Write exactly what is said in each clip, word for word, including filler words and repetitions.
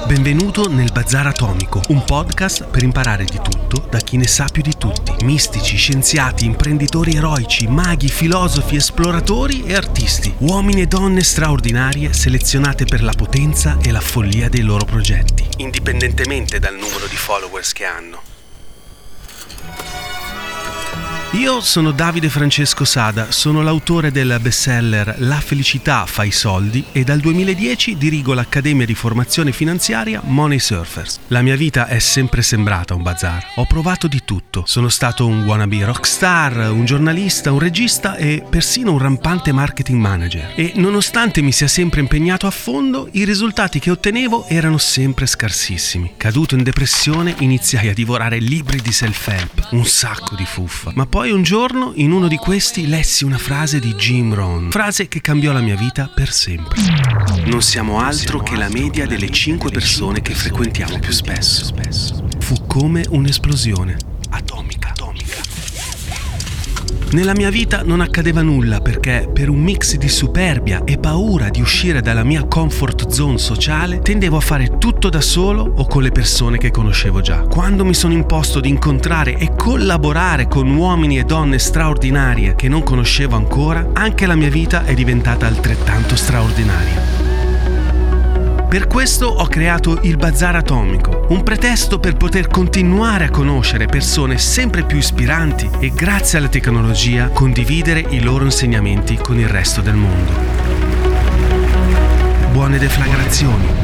Benvenuto nel Bazar Atomico, un podcast per imparare di tutto da chi ne sa più di tutti. Mistici, scienziati, imprenditori eroici, maghi, filosofi, esploratori e artisti. Uomini e donne straordinarie selezionate per la potenza e la follia dei loro progetti, indipendentemente dal numero di followers che hanno. Io sono Davide Francesco Sada, sono l'autore del bestseller La felicità fa i soldi e dal duemiladieci dirigo l'Accademia di Formazione Finanziaria Money Surfers. La mia vita è sempre sembrata un bazar. Ho provato di tutto. Sono stato un wannabe rockstar, un giornalista, un regista e persino un rampante marketing manager. E nonostante mi sia sempre impegnato a fondo, i risultati che ottenevo erano sempre scarsissimi. Caduto in depressione, iniziai a divorare libri di self-help, un sacco di fuffa. Ma poi Poi un giorno, in uno di questi, lessi una frase di Jim Rohn, frase che cambiò la mia vita per sempre. Non siamo altro che la media delle cinque persone che frequentiamo più spesso. Fu come un'esplosione atomica. Nella mia vita non accadeva nulla perché, per un mix di superbia e paura di uscire dalla mia comfort zone sociale, tendevo a fare tutto da solo o con le persone che conoscevo già. Quando mi sono imposto di incontrare e collaborare con uomini e donne straordinarie che non conoscevo ancora, anche la mia vita è diventata altrettanto straordinaria. Per questo ho creato il Bazar Atomico, un pretesto per poter continuare a conoscere persone sempre più ispiranti e, grazie alla tecnologia, condividere i loro insegnamenti con il resto del mondo. Buone deflagrazioni.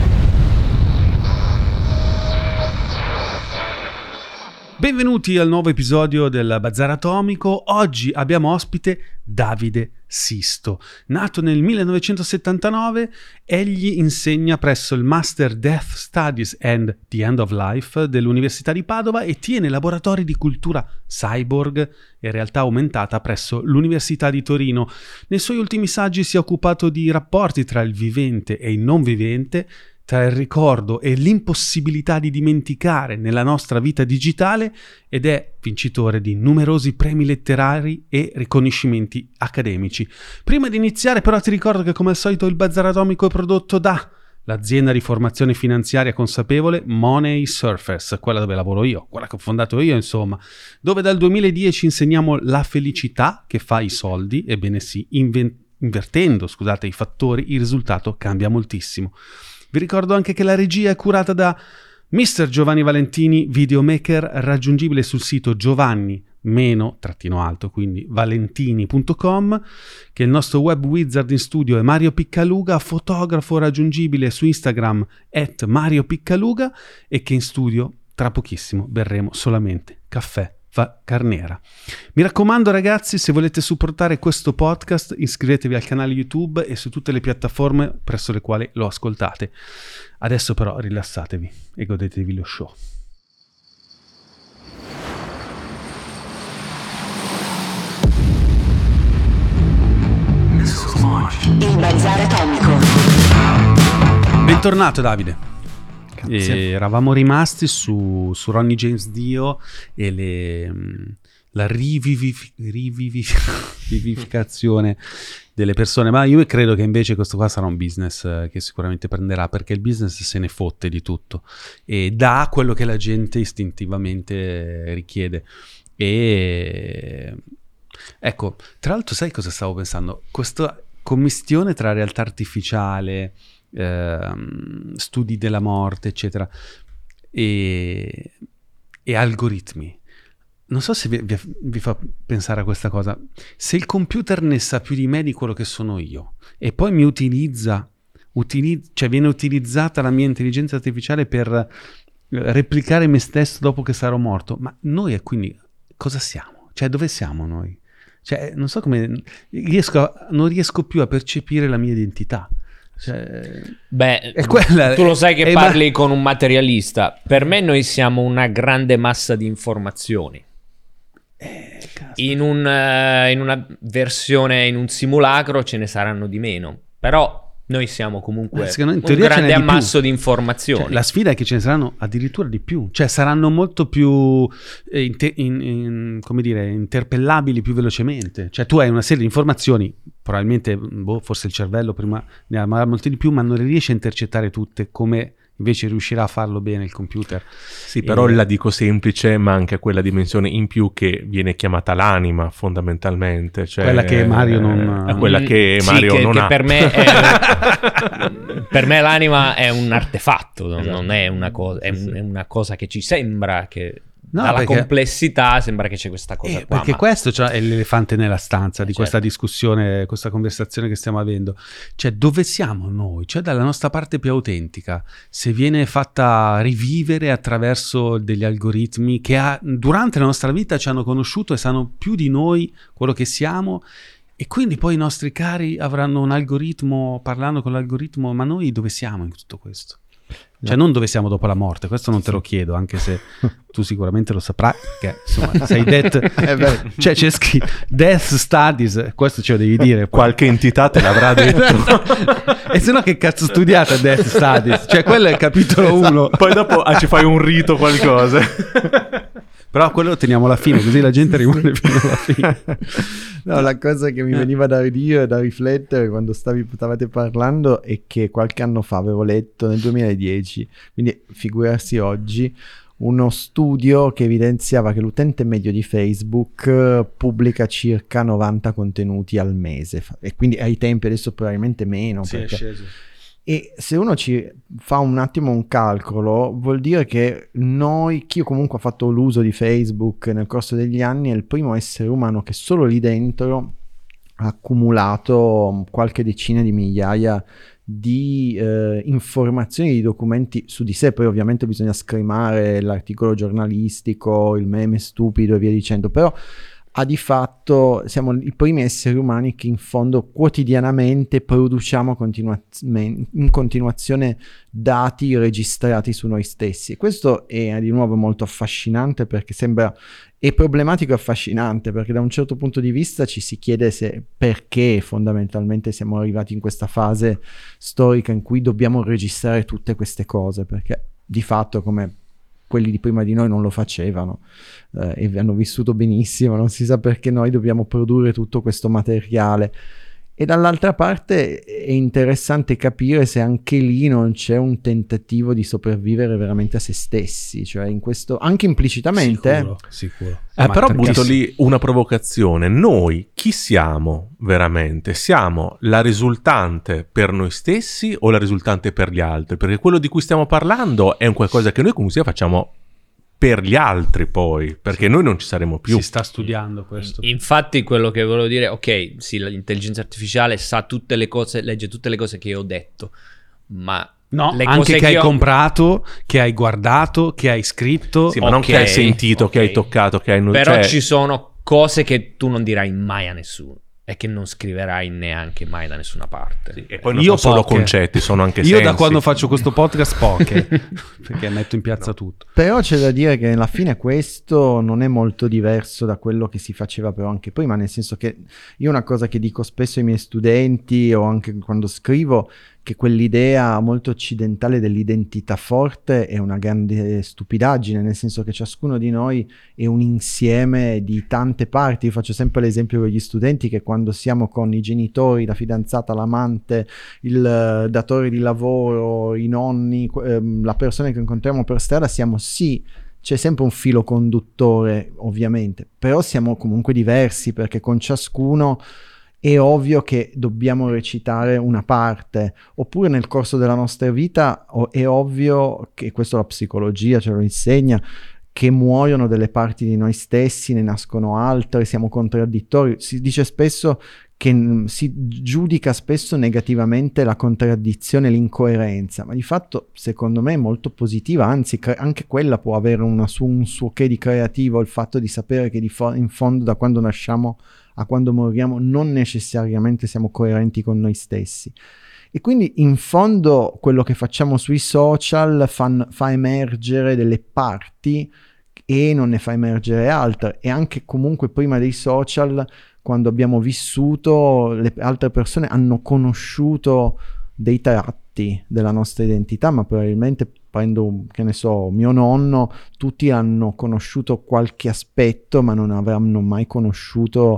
Benvenuti al nuovo episodio del Bazar Atomico. Oggi abbiamo ospite Davide Sisto. Nato nel millenovecentosettantanove, egli insegna presso il Master Death Studies and the End of Life dell'Università di Padova e tiene laboratori di cultura cyborg e realtà aumentata presso l'Università di Torino. Nei suoi ultimi saggi si è occupato di rapporti tra il vivente e il non vivente, tra il ricordo e l'impossibilità di dimenticare nella nostra vita digitale, ed è vincitore di numerosi premi letterari e riconoscimenti accademici. Prima di iniziare però ti ricordo che, come al solito, il Bazar Atomico è prodotto da l'azienda di formazione finanziaria consapevole Money Surfers, quella dove lavoro io, quella che ho fondato io, insomma, dove dal duemiladieci insegniamo la felicità che fa i soldi. Ebbene sì, inven- invertendo, scusate, i fattori, il risultato cambia moltissimo. Vi ricordo anche che la regia è curata da mister Giovanni Valentini, videomaker, raggiungibile sul sito Giovanni meno trattino alto, quindi valentini punto com, che il nostro web wizard in studio è Mario Piccaluga, fotografo raggiungibile su Instagram at Mario Piccaluga, e che in studio tra pochissimo berremo solamente caffè Carnera. Mi raccomando ragazzi, se volete supportare questo podcast, iscrivetevi al canale YouTube e su tutte le piattaforme presso le quali lo ascoltate. Adesso però rilassatevi e godetevi lo show. Il Bazar Atomico. Bentornato Davide. E eravamo rimasti su, su Ronnie James Dio e le, la rivivif, rivivif, rivivificazione delle persone, ma io credo che invece questo qua sarà un business che sicuramente prenderà, perché il business se ne fotte di tutto e dà quello che la gente istintivamente richiede. E ecco, tra l'altro, sai cosa stavo pensando? Questa commistione tra realtà artificiale, Uh, studi della morte eccetera e, e algoritmi, non so se vi, vi, vi fa pensare a questa cosa. Se il computer ne sa più di me di quello che sono io e poi mi utilizza, utilizza cioè viene utilizzata la mia intelligenza artificiale per replicare me stesso dopo che sarò morto, ma noi e quindi cosa siamo? Cioè dove siamo noi? Cioè non so come riesco a, non riesco più a percepire la mia identità. Cioè, beh, quella, tu lo sai che è, parli ma... con un materialista. Per me noi siamo una grande massa di informazioni. Eh, in, un, uh, in una versione, in un simulacro ce ne saranno di meno, però noi siamo comunque noi, un grande ammasso di, di informazioni. Cioè, la sfida è che ce ne saranno addirittura di più, cioè saranno molto più eh, inter- in, in, come dire, interpellabili più velocemente. Cioè tu hai una serie di informazioni, probabilmente boh, forse il cervello prima ne ha molte di più, ma non le riesci a intercettare tutte come invece riuscirà a farlo bene il computer. Sì, però e... la dico semplice, ma anche quella dimensione in più che viene chiamata l'anima fondamentalmente, cioè quella che Mario non eh, quella che Mario sì, che, non che ha. Per me, è, per me l'anima è un artefatto, non, non è una cosa, è, un, è una cosa che ci sembra che No, dalla perché... complessità sembra che c'è questa cosa eh, qua. Perché ma... questo cioè, è l'elefante nella stanza di certo. questa discussione, questa conversazione che stiamo avendo. Cioè, dove siamo noi? Cioè, dalla nostra parte più autentica, se viene fatta rivivere attraverso degli algoritmi che ha, durante la nostra vita ci hanno conosciuto e sanno più di noi quello che siamo, e quindi poi i nostri cari avranno un algoritmo, parlando con l'algoritmo, ma noi dove siamo in tutto questo? Cioè non dove siamo dopo la morte, questo non te lo chiedo, anche se tu sicuramente lo saprai, perché insomma sei death, eh cioè c'è scritto Death Studies, questo ce lo devi dire. Poi. Qualche entità te l'avrà detto. E se no che cazzo studiate Death Studies? Cioè quello è il capitolo uno. Poi dopo ah, ci fai un rito qualcosa. Però quello lo teniamo alla fine, così la gente rimane fino alla fine. No, la cosa che mi veniva da dire, da riflettere quando stavi, stavate parlando è che qualche anno fa avevo letto, nel duemiladieci, quindi figurarsi oggi, uno studio che evidenziava che l'utente medio di Facebook pubblica circa novanta contenuti al mese, e quindi ai tempi adesso probabilmente meno. Sì, perché... è sceso. E se uno ci fa un attimo un calcolo, vuol dire che noi, chi comunque ha fatto l'uso di Facebook nel corso degli anni, è il primo essere umano che solo lì dentro ha accumulato qualche decina di migliaia di eh, informazioni, di documenti su di sé. Poi ovviamente bisogna scremare l'articolo giornalistico, il meme stupido e via dicendo, però a di fatto siamo i primi esseri umani che in fondo quotidianamente produciamo continua- in continuazione dati registrati su noi stessi. E questo è di nuovo molto affascinante, perché sembra è problematico e affascinante, perché da un certo punto di vista ci si chiede se perché fondamentalmente siamo arrivati in questa fase storica in cui dobbiamo registrare tutte queste cose, perché di fatto, come quelli di prima di noi non lo facevano eh, e hanno vissuto benissimo, non si sa perché noi dobbiamo produrre tutto questo materiale. E dall'altra parte è interessante capire se anche lì non c'è un tentativo di sopravvivere veramente a se stessi, cioè in questo anche implicitamente. Sicuro, sicuro. Eh, però perché... butto lì una provocazione. Noi chi siamo veramente? Siamo la risultante per noi stessi o la risultante per gli altri? Perché quello di cui stiamo parlando è un qualcosa che noi comunque facciamo per gli altri, poi, perché sì. Noi non ci saremo più. Si sta studiando questo. Infatti quello che volevo dire, ok, sì, l'intelligenza artificiale sa tutte le cose, legge tutte le cose che io ho detto, ma no, le anche cose che, che hai io... comprato, che hai guardato, che hai scritto. Sì, ma okay, non che hai sentito, okay. Che hai toccato, che hai... Però cioè... ci sono cose che tu non dirai mai a nessuno e che non scriverai neanche mai da nessuna parte. Sì, e poi non io sono solo poche. Concetti, sono anche io sensi. Da quando faccio questo podcast poche, perché metto in piazza no. tutto. Però c'è da dire che alla fine questo non è molto diverso da quello che si faceva però anche prima, nel senso che io una cosa che dico spesso ai miei studenti o anche quando scrivo, che quell'idea molto occidentale dell'identità forte è una grande stupidaggine, nel senso che ciascuno di noi è un insieme di tante parti. Io faccio sempre l'esempio con gli studenti che quando siamo con i genitori, la fidanzata, l'amante, il uh, datore di lavoro, i nonni, ehm, la persona che incontriamo per strada, siamo sì, c'è sempre un filo conduttore ovviamente, però siamo comunque diversi, perché con ciascuno è ovvio che dobbiamo recitare una parte, oppure nel corso della nostra vita è ovvio che, questo la psicologia ce lo insegna, che muoiono delle parti di noi stessi, ne nascono altre, siamo contraddittori. Si dice spesso che mh, si giudica spesso negativamente la contraddizione, l'incoerenza, ma di fatto secondo me è molto positiva, anzi cre- anche quella può avere una su- un suo che di creativo, il fatto di sapere che di fo- in fondo da quando nasciamo a quando moriamo non necessariamente siamo coerenti con noi stessi. E quindi in fondo quello che facciamo sui social fa, fa emergere delle parti e non ne fa emergere altre, e anche comunque prima dei social, quando abbiamo vissuto, le altre persone hanno conosciuto dei tratti della nostra identità, ma probabilmente prendo, che ne so, mio nonno, tutti hanno conosciuto qualche aspetto ma non avranno mai conosciuto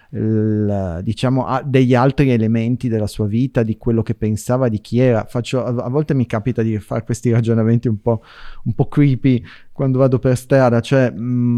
il, diciamo a, degli altri elementi della sua vita, di quello che pensava, di chi era. Faccio, a, a volte mi capita di fare questi ragionamenti un po', un po' creepy quando vado per strada, cioè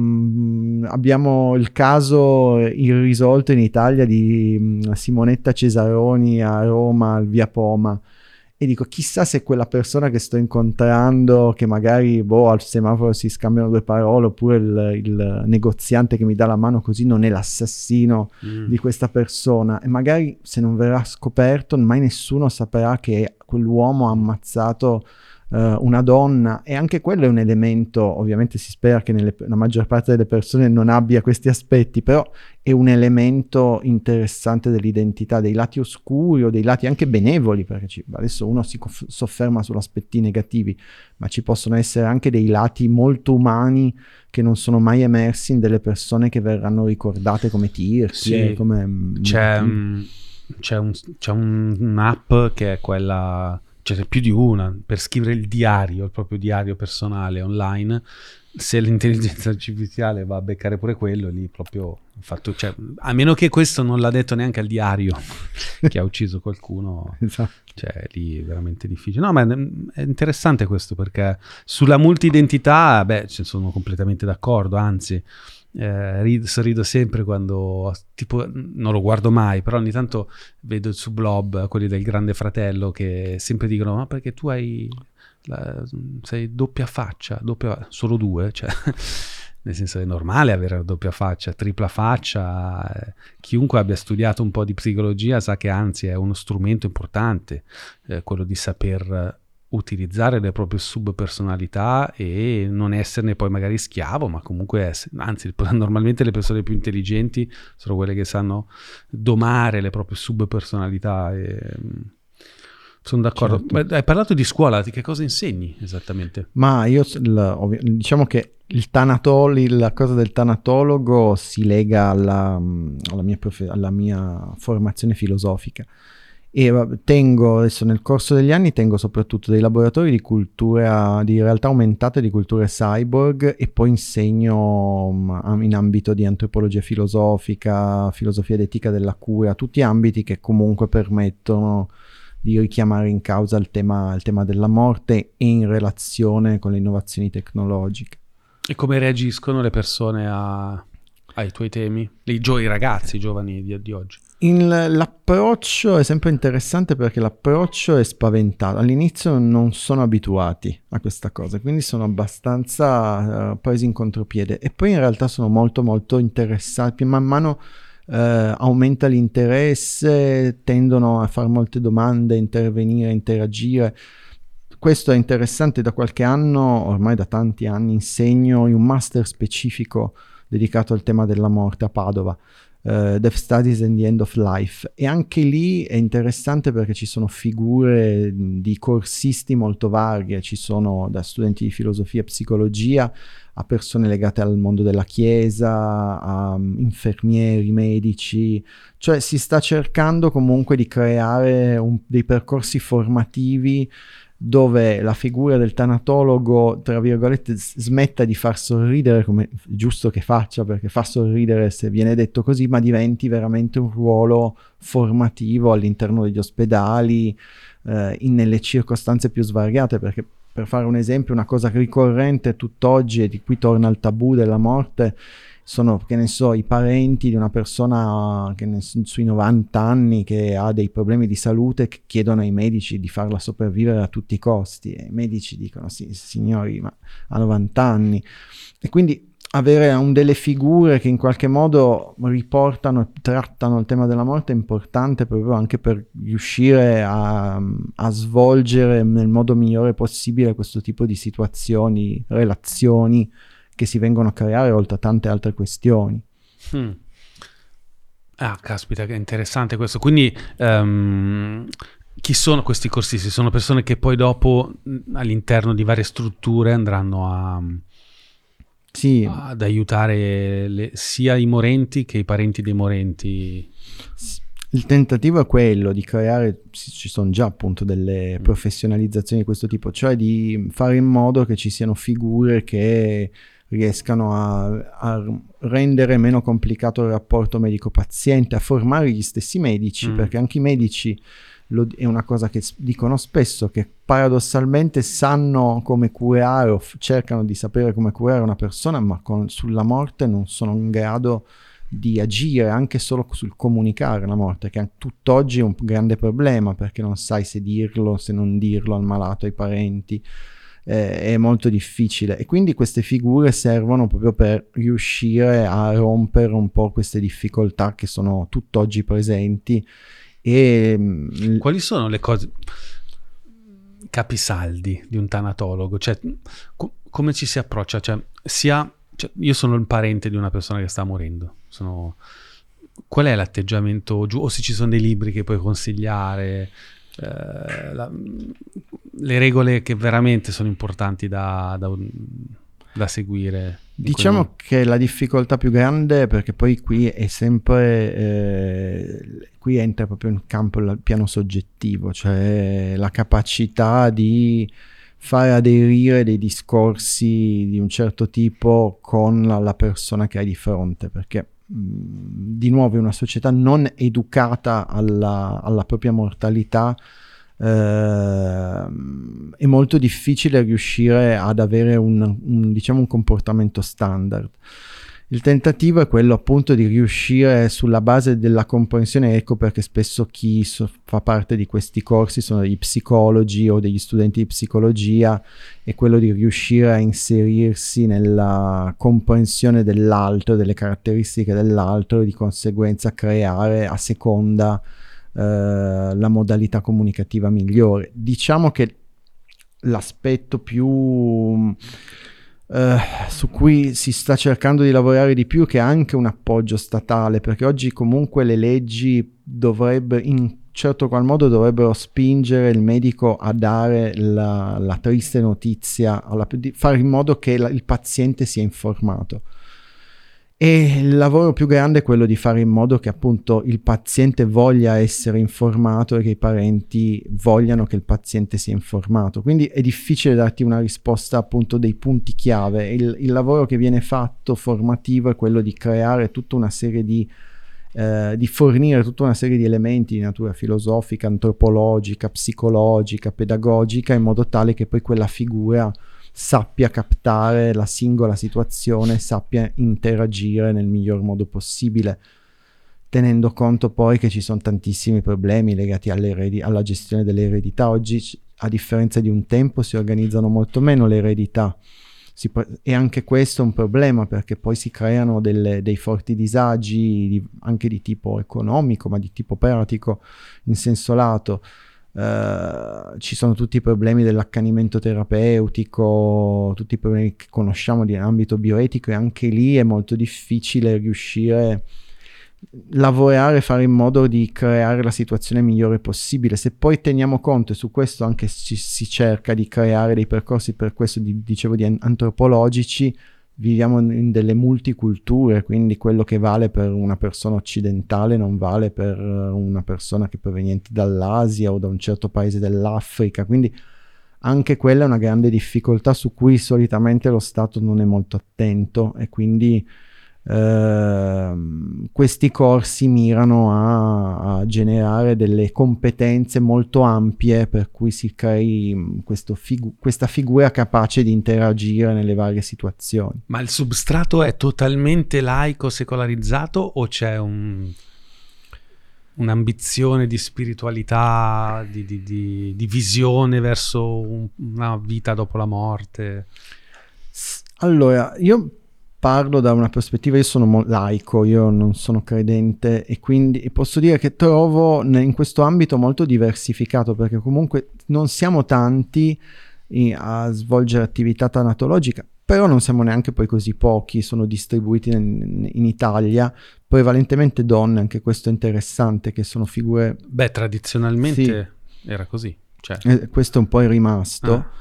mh, abbiamo il caso irrisolto in Italia di mh, Simonetta Cesaroni a Roma, al via Poma, e dico chissà se quella persona che sto incontrando, che magari boh, al semaforo si scambiano due parole, oppure il, il negoziante che mi dà la mano così, non è l'assassino mm. di questa persona, e magari se non verrà scoperto mai nessuno saprà che quell'uomo ha ammazzato Uh, una donna, e anche quello è un elemento. Ovviamente si spera che nelle, la maggior parte delle persone non abbia questi aspetti, però è un elemento interessante dell'identità, dei lati oscuri o dei lati anche benevoli, perché ci, adesso uno si cof- sofferma sugli aspetti negativi, ma ci possono essere anche dei lati molto umani che non sono mai emersi in delle persone che verranno ricordate come tirchi, sì. come c'è, um, c'è, un, c'è un, un'app che è quella, c'è più di una, per scrivere il diario, il proprio diario personale online. Se l'intelligenza artificiale va a beccare pure quello, lì proprio fatto, cioè, a meno che questo non l'ha detto neanche al diario che ha ucciso qualcuno, esatto. Cioè lì è veramente difficile. No, ma è interessante questo, perché sulla multidentità, beh, sono completamente d'accordo, anzi Eh, rido, sorrido sempre quando, tipo, non lo guardo mai, però ogni tanto vedo su Blob quelli del Grande Fratello che sempre dicono: ma perché tu hai la, sei doppia faccia, doppia, solo due, cioè nel senso è normale avere una doppia faccia, tripla faccia. Eh, chiunque abbia studiato un po' di psicologia sa che anzi è uno strumento importante, eh, quello di saper utilizzare le proprie subpersonalità e non esserne poi magari schiavo, ma comunque essere, anzi normalmente le persone più intelligenti sono quelle che sanno domare le proprie subpersonalità. E sono d'accordo. Certo. Beh, hai parlato di scuola, di che cosa insegni esattamente? Ma io il, diciamo che il tanatolo, la cosa del tanatologo si lega alla, alla, mia, profe, alla mia formazione filosofica. E tengo adesso nel corso degli anni tengo soprattutto dei laboratori di cultura, di realtà aumentate, di culture cyborg, e poi insegno in ambito di antropologia filosofica, filosofia ed etica della cura, tutti ambiti che comunque permettono di richiamare in causa il tema, il tema della morte e in relazione con le innovazioni tecnologiche. E come reagiscono le persone a, ai tuoi temi? I, gio- i ragazzi, i giovani di, di oggi? In, l'approccio è sempre interessante, perché l'approccio è spaventato. All'inizio non sono abituati a questa cosa, quindi sono abbastanza uh, presi in contropiede, e poi in realtà sono molto molto interessati. Man mano uh, aumenta l'interesse, tendono a fare molte domande, intervenire, interagire. Questo è interessante. Da qualche anno, ormai da tanti anni, insegno in un master specifico dedicato al tema della morte a Padova. Uh, Death Studies and the End of Life, e anche lì è interessante perché ci sono figure di corsisti molto varie, ci sono da studenti di filosofia e psicologia a persone legate al mondo della chiesa, a um, infermieri, medici, cioè si sta cercando comunque di creare un, dei percorsi formativi dove la figura del tanatologo, tra virgolette, smetta di far sorridere, come è giusto che faccia, perché fa sorridere se viene detto così, ma diventi veramente un ruolo formativo all'interno degli ospedali, eh, in, nelle circostanze più svariate. Perché, per fare un esempio, una cosa ricorrente tutt'oggi, e di cui torna il tabù della morte, sono, che ne so, i parenti di una persona che ne, sui novanta anni, che ha dei problemi di salute, che chiedono ai medici di farla sopravvivere a tutti i costi, e i medici dicono: sì, signori, ma ha novanta anni. E quindi avere un, delle figure che in qualche modo riportano, trattano il tema della morte è importante, proprio anche per riuscire a, a svolgere nel modo migliore possibile questo tipo di situazioni, relazioni che si vengono a creare, oltre a tante altre questioni. Hmm. Ah, caspita, che interessante questo. Quindi um, chi sono questi corsisti? Sono persone che poi dopo all'interno di varie strutture andranno a, sì. ad aiutare le, sia i morenti che i parenti dei morenti? Il tentativo è quello di creare, ci sono già appunto delle professionalizzazioni di questo tipo, cioè di fare in modo che ci siano figure che riescano a, a rendere meno complicato il rapporto medico-paziente, a formare gli stessi medici, mm. perché anche i medici, lo, è una cosa che dicono spesso, che paradossalmente sanno come curare o f- cercano di sapere come curare una persona, ma con, sulla morte non sono in grado di agire, anche solo sul comunicare la morte, che tutt'oggi è un grande problema, perché non sai se dirlo, se non dirlo al malato, ai parenti. È molto difficile, e quindi queste figure servono proprio per riuscire a rompere un po' queste difficoltà che sono tutt'oggi presenti. E quali sono le cose, capisaldi di un tanatologo? Cioè, co- come ci si approccia? Cioè, sia, cioè, io sono il parente di una persona che sta morendo, sono... qual è l'atteggiamento giù, o se ci sono dei libri che puoi consigliare? Eh, la, le regole che veramente sono importanti da, da, da seguire. Diciamo che la difficoltà più grande, perché poi qui è sempre eh, qui entra proprio in campo il piano soggettivo, cioè la capacità di fare aderire dei discorsi di un certo tipo con la, la persona che hai di fronte, perché di nuovo in una società non educata alla, alla propria mortalità eh, è molto difficile riuscire ad avere un, un, diciamo, un comportamento standard. Il tentativo è quello appunto di riuscire sulla base della comprensione, ecco perché spesso chi so, fa parte di questi corsi sono degli psicologi o degli studenti di psicologia, è quello di riuscire a inserirsi nella comprensione dell'altro, delle caratteristiche dell'altro, e di conseguenza creare a seconda eh, la modalità comunicativa migliore. Diciamo che l'aspetto più... Uh, su cui si sta cercando di lavorare di più, che ha anche un appoggio statale, perché oggi comunque le leggi dovrebbe, in certo qual modo dovrebbero spingere il medico a dare la, la triste notizia, alla, di fare in modo che la, il paziente sia informato. E il lavoro più grande è quello di fare in modo che appunto il paziente voglia essere informato e che i parenti vogliano che il paziente sia informato. Quindi è difficile darti una risposta appunto dei punti chiave. Il, il lavoro che viene fatto formativo è quello di creare tutta una serie di, eh, di fornire tutta una serie di elementi di natura filosofica, antropologica, psicologica, pedagogica, in modo tale che poi quella figura sappia captare la singola situazione, sappia interagire nel miglior modo possibile, tenendo conto poi che ci sono tantissimi problemi legati alla gestione delle eredità. Oggi, a differenza di un tempo, si organizzano molto meno le eredità, si pre- e anche questo è un problema, perché poi si creano delle, dei forti disagi di, anche di tipo economico, ma di tipo pratico in senso lato. Uh, ci sono tutti i problemi dell'accanimento terapeutico, tutti i problemi che conosciamo di ambito bioetico, e anche lì è molto difficile riuscire a lavorare, fare in modo di creare la situazione migliore possibile. Se poi teniamo conto, e su questo anche ci, si cerca di creare dei percorsi, per questo di, dicevo di antropologici, viviamo in delle multiculture, quindi quello che vale per una persona occidentale non vale per una persona che è proveniente dall'Asia o da un certo paese dell'Africa, quindi anche quella è una grande difficoltà su cui solitamente lo Stato non è molto attento, e quindi eh, questi corsi mirano a, a generare delle competenze molto ampie, per cui si crei questo figu- questa figura capace di interagire nelle varie situazioni. Ma il substrato è totalmente laico, secolarizzato, o c'è un, un'ambizione di spiritualità, di, di, di, di visione verso un, una vita dopo la morte? Allora, io parlo da una prospettiva, io sono mo- laico, io non sono credente, e quindi posso dire che trovo in questo ambito molto diversificato, perché comunque non siamo tanti in, a svolgere attività tanatologica, però non siamo neanche poi così pochi, sono distribuiti in, in Italia, prevalentemente donne, anche questo è interessante, che sono figure... Beh, tradizionalmente sì, era così. Cioè. Eh, questo un po' è rimasto. Ah.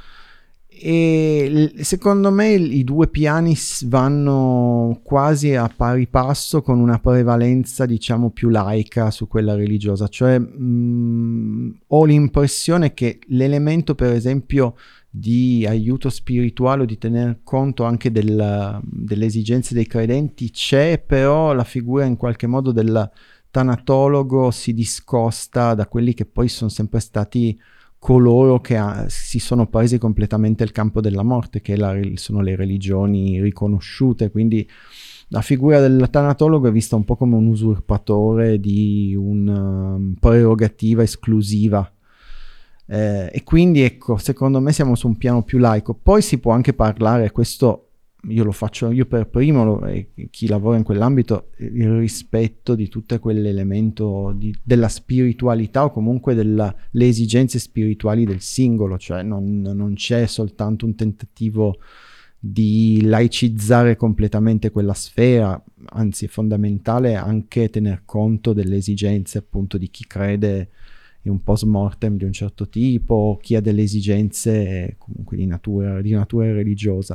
E secondo me i due piani vanno quasi a pari passo, con una prevalenza diciamo più laica su quella religiosa, cioè mh, ho l'impressione che l'elemento per esempio di aiuto spirituale o di tener conto anche del, delle esigenze dei credenti c'è, però la figura in qualche modo del tanatologo si discosta da quelli che poi sono sempre stati coloro che ha, si sono presi completamente il campo della morte, che la, sono le religioni riconosciute, quindi la figura del tanatologo è vista un po' come un usurpatore di una um, prerogativa esclusiva. Eh, e quindi ecco, secondo me siamo su un piano più laico. Poi si può anche parlare, questo io lo faccio io per primo, lo, e chi lavora in quell'ambito, il rispetto di tutto quell'elemento di, della spiritualità o comunque delle esigenze spirituali del singolo, cioè non, non c'è soltanto un tentativo di laicizzare completamente quella sfera, anzi è fondamentale anche tener conto delle esigenze appunto di chi crede in un post mortem di un certo tipo, chi ha delle esigenze comunque di natura, di natura religiosa.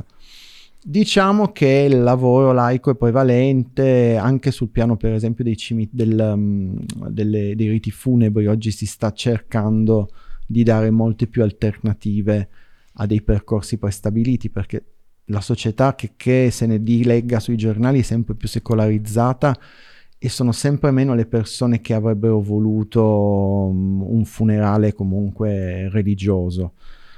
Diciamo che il lavoro laico è prevalente anche sul piano per esempio dei, cimi- del, um, delle, dei riti funebri. Oggi si sta cercando di dare molte più alternative a dei percorsi prestabiliti, perché la società che, che se ne dilegga sui giornali è sempre più secolarizzata e sono sempre meno le persone che avrebbero voluto um, un funerale comunque religioso.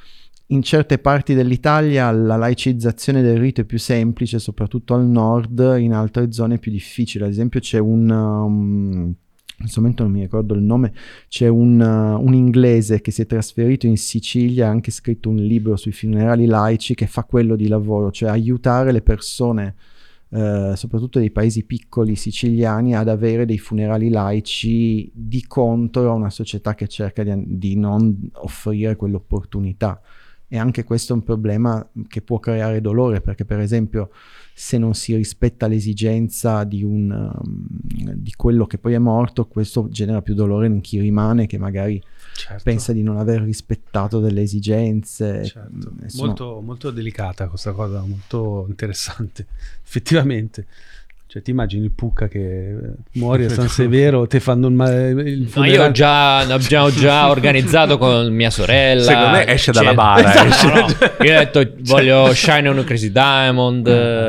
In certe parti dell'Italia la laicizzazione del rito è più semplice, soprattutto al nord, in altre zone è più difficile. Ad esempio c'è un, um, in questo momento non mi ricordo il nome, c'è un, uh, un inglese che si è trasferito in Sicilia, ha anche scritto un libro sui funerali laici che fa quello di lavoro, cioè aiutare le persone, uh, soprattutto dei paesi piccoli siciliani, ad avere dei funerali laici di contro a una società che cerca di, di non offrire quell'opportunità. E anche questo è un problema che può creare dolore, perché per esempio se non si rispetta l'esigenza di, un, um, di quello che poi è morto, questo genera più dolore in chi rimane, che magari certo. pensa di non aver rispettato delle esigenze. Certo. Insomma, molto, molto delicata questa cosa, molto interessante, effettivamente. Cioè ti immagini il Pucca che muore a San Severo, te fanno il, ma- il funerale? No, io già abbiamo già organizzato con mia sorella. Secondo me esce dalla bara. Esatto, esce. No, no. Io ho detto voglio Shine on a Crazy Diamond.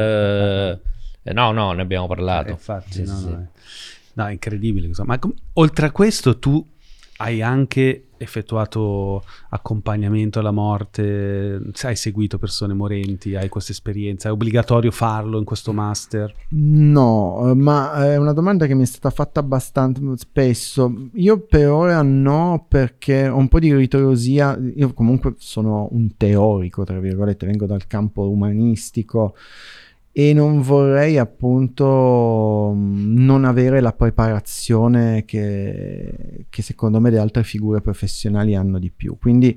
eh, no, no, ne abbiamo parlato. Eh, infatti, sì, no, sì, no, sì. è, no, è incredibile questo. Ma com- oltre a questo tu hai anche effettuato accompagnamento alla morte, hai seguito persone morenti, hai questa esperienza, è obbligatorio farlo in questo master? No, ma è una domanda che mi è stata fatta abbastanza spesso. Io per ora no, perché ho un po' di ritrosia. Io comunque sono un teorico, tra virgolette, vengo dal campo umanistico e non vorrei appunto non avere la preparazione che, che secondo me le altre figure professionali hanno di più. Quindi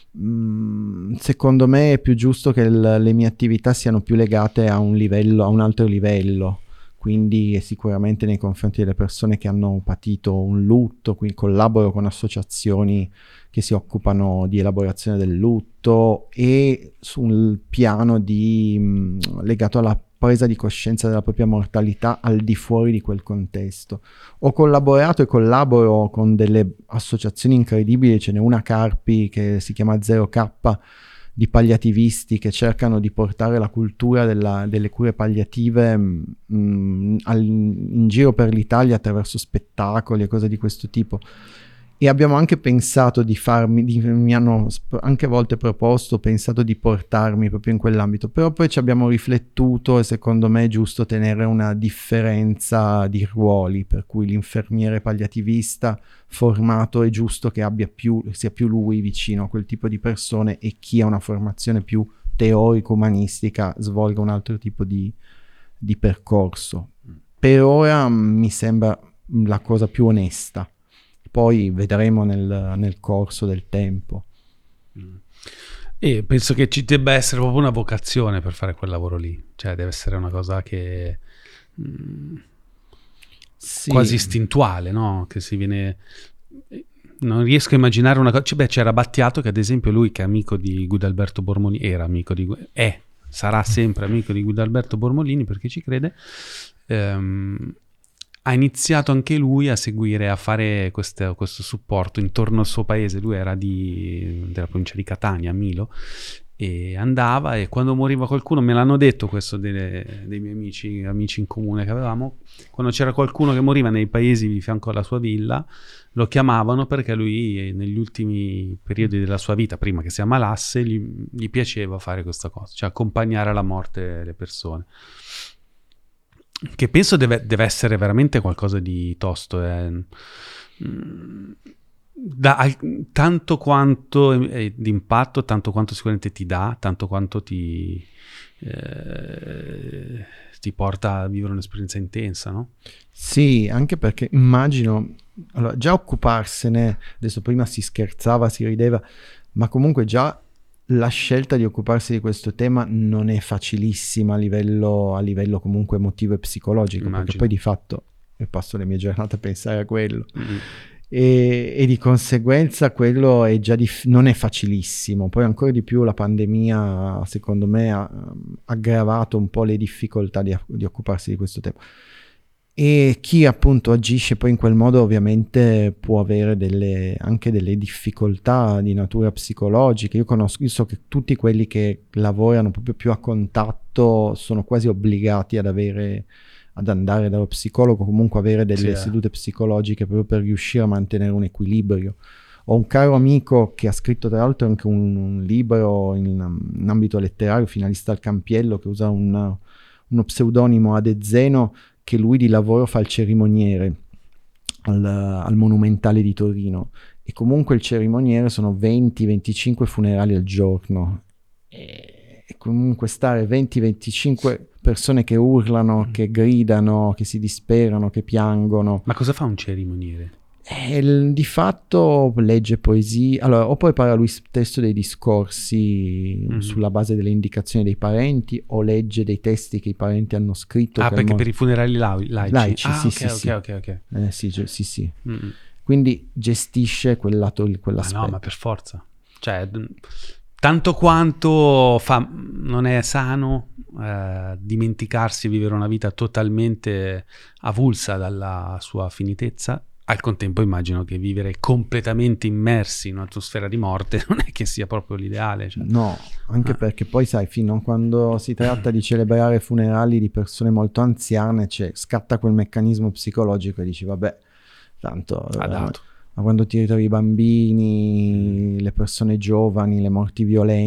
mh, secondo me è più giusto che l- le mie attività siano più legate a un livello, a un altro livello. Quindi sicuramente nei confronti delle persone che hanno patito un lutto, quindi collaboro con associazioni che si occupano di elaborazione del lutto e sul piano di, mh, legato alla presa di coscienza della propria mortalità al di fuori di quel contesto. Ho collaborato e collaboro con delle associazioni incredibili, ce n'è una Carpi che si chiama zero K, di palliativisti che cercano di portare la cultura della, delle cure palliative mh, al, in giro per l'Italia attraverso spettacoli e cose di questo tipo. E abbiamo anche pensato di farmi, di, mi hanno anche a volte proposto, pensato di portarmi proprio in quell'ambito, però poi ci abbiamo riflettuto e secondo me è giusto tenere una differenza di ruoli, per cui l'infermiere palliativista formato è giusto che abbia più, sia più lui vicino a quel tipo di persone, e chi ha una formazione più teorico-umanistica svolga un altro tipo di, di percorso. Per ora mi sembra la cosa più onesta. Poi vedremo nel, nel corso del tempo. E penso che ci debba essere proprio una vocazione per fare quel lavoro lì. Cioè deve essere una cosa che mh, sì. quasi istintuale, no? Che si viene... Non riesco a immaginare una cosa... Cioè, beh, c'era Battiato che ad esempio lui, che è amico di Guidalberto Bormolini, era amico di... è, sarà sempre amico di Guidalberto Bormolini, perché ci crede, ehm, ha iniziato anche lui a seguire, a fare questo, questo supporto intorno al suo paese. Lui era di, della provincia di Catania, a Milo, e andava, e quando moriva qualcuno, me l'hanno detto questo delle, dei miei amici, amici in comune che avevamo, quando c'era qualcuno che moriva nei paesi di fianco alla sua villa, lo chiamavano perché lui negli ultimi periodi della sua vita, prima che si ammalasse, gli, gli piaceva fare questa cosa, cioè accompagnare alla morte le persone, che penso deve, deve essere veramente qualcosa di tosto, eh. Da, tanto quanto è di impatto, tanto quanto sicuramente ti dà, tanto quanto ti, eh, ti porta a vivere un'esperienza intensa, no? Sì, anche perché immagino, allora, già occuparsene, adesso prima si scherzava, si rideva, ma comunque già la scelta di occuparsi di questo tema non è facilissima a livello, a livello comunque emotivo e psicologico, Immagino. perché poi di fatto io passo le mie giornate a pensare a quello. Mm-hmm. E, e di conseguenza quello è già dif- non è facilissimo. Poi ancora di più la pandemia, secondo me, ha aggravato un po' le difficoltà di, di occuparsi di questo tema. E chi appunto agisce poi in quel modo ovviamente può avere delle, anche delle difficoltà di natura psicologica. Io conosco, io so che tutti quelli che lavorano proprio più a contatto sono quasi obbligati ad avere ad andare dallo psicologo, comunque avere delle sì, eh. sedute psicologiche proprio per riuscire a mantenere un equilibrio. Ho un caro amico che ha scritto tra l'altro anche un, un libro in, in ambito letterario, Finalista al Campiello, che usa un, uno pseudonimo Adezzeno, che lui di lavoro fa il cerimoniere al, al Monumentale di Torino, e comunque il cerimoniere sono venti venticinque funerali al giorno, e, e comunque stare venti venticinque persone che urlano, che gridano, che si disperano, che piangono. Ma cosa fa un cerimoniere? E il, di fatto legge poesie, allora o poi parla lui stesso dei discorsi mm-hmm. sulla base delle indicazioni dei parenti, o legge dei testi che i parenti hanno scritto. Ah, che perché mo- per i funerali lau- laici? laici, ah, sì, ok, sì, ok, sì. ok, ok. Eh, sì, gi- sì, sì. Mm-mm. Quindi gestisce quel lato, Ma quell'aspetto. no, ma per forza. Cioè, d- tanto quanto fa, non è sano eh, dimenticarsi, vivere una vita totalmente avulsa dalla sua finitezza, al contempo immagino che vivere completamente immersi in un'atmosfera di morte non è che sia proprio l'ideale. Cioè. No, anche Ah. perché poi sai, fino a quando si tratta di celebrare funerali di persone molto anziane, cioè, scatta quel meccanismo psicologico e dici vabbè, tanto Ha eh, dato. ma quando ti ritrovi i bambini, le persone giovani, le morti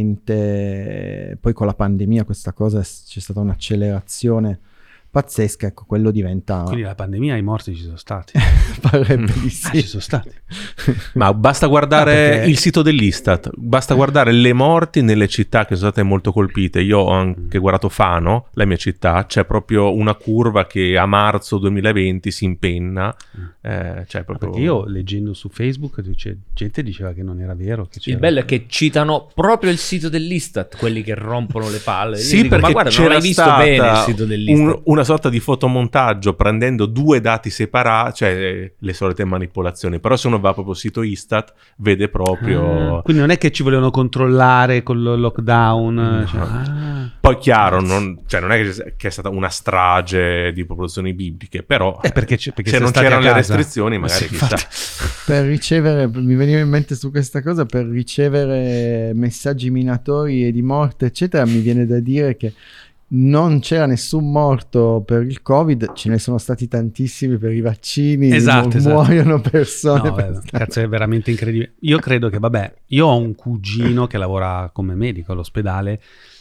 violente, poi con la pandemia questa cosa, c'è stata un'accelerazione pazzesca, ecco, quello diventa... Quindi la pandemia, i morti ci sono stati. Parrebbe di Ah, sì. ci sono stati. Ma basta guardare Ah, perché- il sito dell'Istat, basta guardare le morti nelle città che sono state molto colpite. Io ho anche guardato Fano, la mia città, c'è proprio una curva che a marzo duemilaventi si impenna. Eh, cioè Ah, proprio... perché io leggendo su Facebook dice, gente diceva che non era vero. Che c'era. Il bello è che citano proprio il sito dell'Istat, quelli che rompono le palle. Io Sì, dico, perché ma guarda, non c'era hai visto stata bene il sito dell'Istat. un- una sorta di fotomontaggio prendendo due dati separati, cioè le solite manipolazioni. Però se uno va proprio al sito Istat vede proprio... Ah, quindi non è che ci volevano controllare con lo lockdown. Cioè, ah. Poi chiaro, non, cioè non è che, che è stata una strage di popolazioni bibliche, però Eh, perché c'è- perché se siamo non stati c'erano a le casa. restrizioni magari Sì, chissà. infatti. Per ricevere, mi veniva in mente su questa cosa, per ricevere messaggi minatori e di morte eccetera, mi viene da dire che non c'era nessun morto per il Covid, ce ne sono stati tantissimi per i vaccini, Esatto, mu- esatto. muoiono persone. No, per vabbè, stare- cazzo, è veramente incredibile. Io credo che, vabbè, io ho un cugino che lavora come medico all'ospedale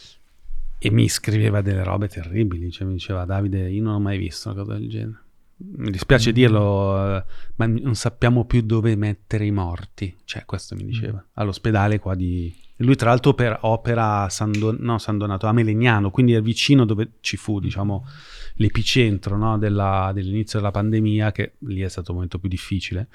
e mi scriveva delle robe terribili. Cioè mi diceva, Davide, io non ho mai visto una cosa del genere. Mi dispiace dirlo, eh, ma non sappiamo più dove mettere i morti. Cioè, questo mi diceva. All'ospedale qua di... Lui tra l'altro opera, opera a San, Don- no, San Donato, a Melegnano, quindi è vicino dove ci fu, diciamo, l'epicentro, no, della- dell'inizio della pandemia, che lì è stato molto più difficile.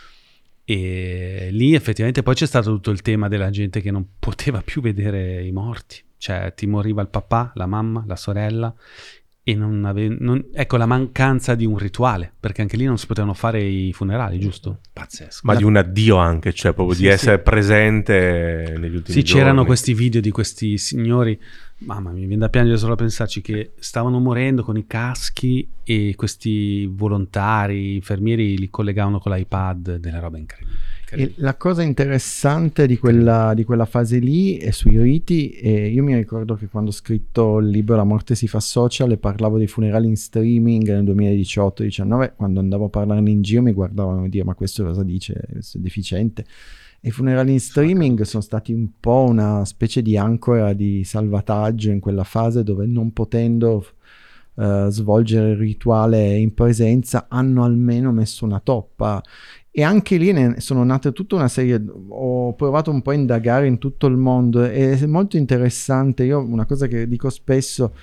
E lì effettivamente poi c'è stato tutto il tema della gente che non poteva più vedere i morti. Cioè ti moriva il papà, la mamma, la sorella, e non ave- non- ecco la mancanza di un rituale, perché anche lì non si potevano fare i funerali, giusto? Pazzesco. Ma di un addio anche, cioè proprio Sì, di essere sì. presente negli ultimi Sì, giorni. c'erano questi video di questi signori, mamma mia, mi viene da piangere solo a pensarci, che stavano morendo con i caschi e questi volontari, infermieri li collegavano con l'iPad, delle robe incredibili. E la cosa interessante di quella, di quella fase lì è sui riti, e io mi ricordo che quando ho scritto il libro La morte si fa social e parlavo dei funerali in streaming nel duemiladiciotto diciannove, quando andavo a parlarne in giro mi guardavano e dire ma questo cosa dice, questo è deficiente. E i funerali in streaming sono stati un po' una specie di ancora di salvataggio in quella fase dove, non potendo uh, svolgere il rituale in presenza, hanno almeno messo una toppa. E anche lì ne sono nate tutta una serie, ho provato un po' a indagare in tutto il mondo, e è molto interessante. Io una cosa che dico spesso,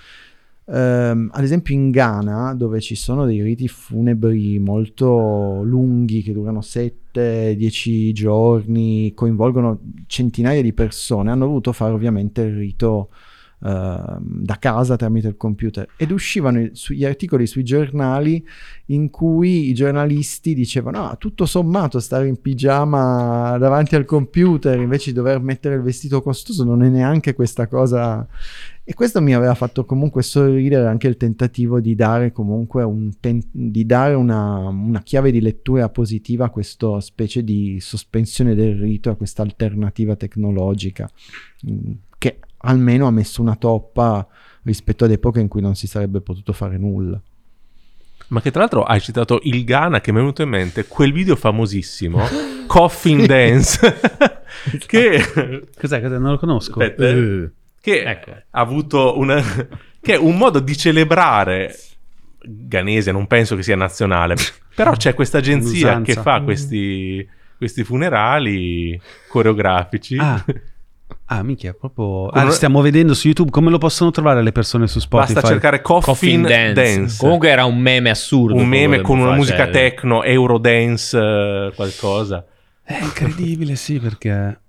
ehm, ad esempio in Ghana, dove ci sono dei riti funebri molto lunghi che durano sette dieci giorni, coinvolgono centinaia di persone, hanno voluto fare ovviamente il rito Uh, da casa tramite il computer, ed uscivano gli articoli sui giornali in cui i giornalisti dicevano ah, tutto sommato stare in pigiama davanti al computer invece di dover mettere il vestito costoso non è neanche questa cosa. E questo mi aveva fatto comunque sorridere, anche il tentativo di dare comunque un ten- di dare una, una chiave di lettura positiva a questa specie di sospensione del rito, a questa alternativa tecnologica mh, che almeno ha messo una toppa rispetto ad epoche in cui non si sarebbe potuto fare nulla. Ma che tra l'altro hai citato il Ghana, che mi è venuto in mente quel video famosissimo Coffin Dance che Cos'è? Cos'è? Non lo conosco. Aspetta, eh. Uh. che Ecco. ha avuto una che è un modo di celebrare ghanese, non penso che sia nazionale, però c'è questa agenzia L'usanza. che fa questi questi funerali coreografici. Ah. Ah, minchia, proprio... Come- Ah, stiamo vedendo su YouTube. Come lo possono trovare le persone su Spotify? Basta cercare Coffin, Coffin Dance. Dance. Comunque era un meme assurdo. un meme quello con che una fa, musica cioè, techno, Eurodance, eh, qualcosa. È incredibile, sì, perché...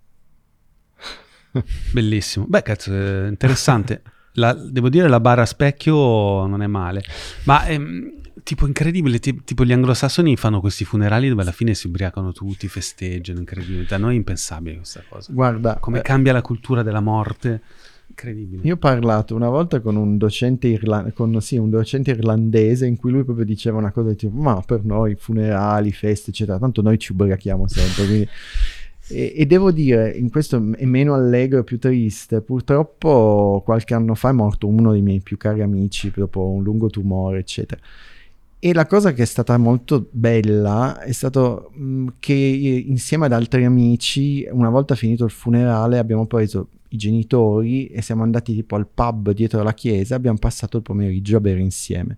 Bellissimo. Beh, cazzo, è interessante. La- devo dire, la bara a specchio non è male. Ma ehm, tipo incredibile, ti- tipo gli anglosassoni fanno questi funerali dove alla fine si ubriacano tutti, festeggiano, incredibile. Da noi è impensabile questa cosa. Guarda, Come eh, cambia la cultura della morte. Incredibile. io ho parlato una volta con un docente, irla- con, sì, un docente irlandese in cui lui proprio diceva una cosa tipo ma per noi funerali, feste eccetera, tanto noi ci ubriachiamo sempre, quindi... e, e devo dire, in questo è meno allegro e più triste, purtroppo qualche anno fa è morto uno dei miei più cari amici dopo un lungo tumore eccetera. E la cosa che è stata molto bella è stato mh, che insieme ad altri amici, una volta finito il funerale, abbiamo preso i genitori e siamo andati tipo al pub dietro la chiesa, abbiamo passato il pomeriggio a bere insieme.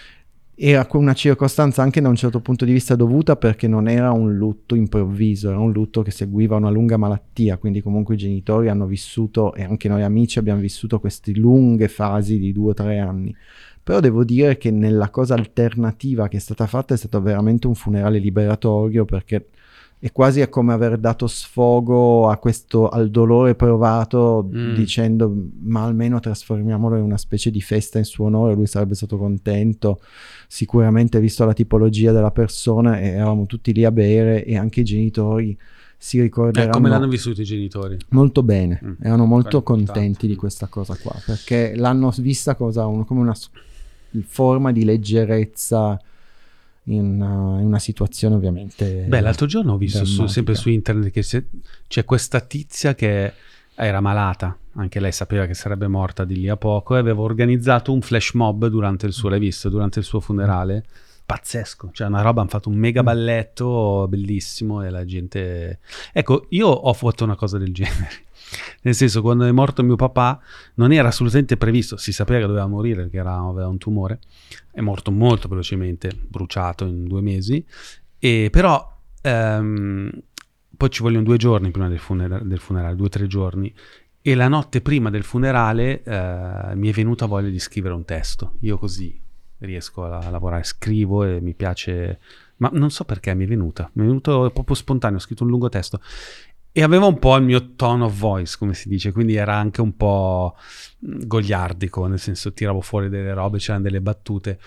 Era una circostanza anche da un certo punto di vista dovuta, perché non era un lutto improvviso, era un lutto che seguiva una lunga malattia, quindi comunque i genitori hanno vissuto, e anche noi amici abbiamo vissuto queste lunghe fasi di due o tre anni. Però devo dire che nella cosa alternativa che è stata fatta è stato veramente un funerale liberatorio, perché è quasi come aver dato sfogo a questo, al dolore provato, Mm. dicendo ma almeno trasformiamolo in una specie di festa in suo onore, lui sarebbe stato contento, sicuramente visto la tipologia della persona, e eravamo tutti lì a bere, e anche i genitori si Eh, ricorderanno come l'hanno vissuto i genitori? molto bene, Mm. erano molto Quello è importante. contenti di questa cosa qua, perché l'hanno vista cosa, un- come una s- forma di leggerezza in, uh, in una situazione ovviamente Beh, l'altro giorno ho visto su- drammatica. sempre su internet che se- c'è questa tizia che era malata, anche lei sapeva che sarebbe morta di lì a poco, e aveva organizzato un flash mob durante il suo, l'hai visto, durante il suo funerale. Pazzesco, cioè una roba, hanno fatto un mega balletto bellissimo e la gente... Ecco, io ho fatto una cosa del genere. Nel senso, quando è morto mio papà non era assolutamente previsto, si sapeva che doveva morire perché era, aveva un tumore, è morto molto velocemente, bruciato in due mesi, e però ehm, poi ci vogliono due giorni prima del, funera- del funerale, due o tre giorni, e la notte prima del funerale eh, mi è venuta voglia di scrivere un testo. Io così riesco a, a lavorare, scrivo e mi piace, ma non so perché mi è venuta, mi è venuto proprio spontaneo, ho scritto un lungo testo. E aveva un po' il mio tone of voice, come si dice, quindi era anche un po' goliardico, nel senso tiravo fuori delle robe, c'erano delle battute.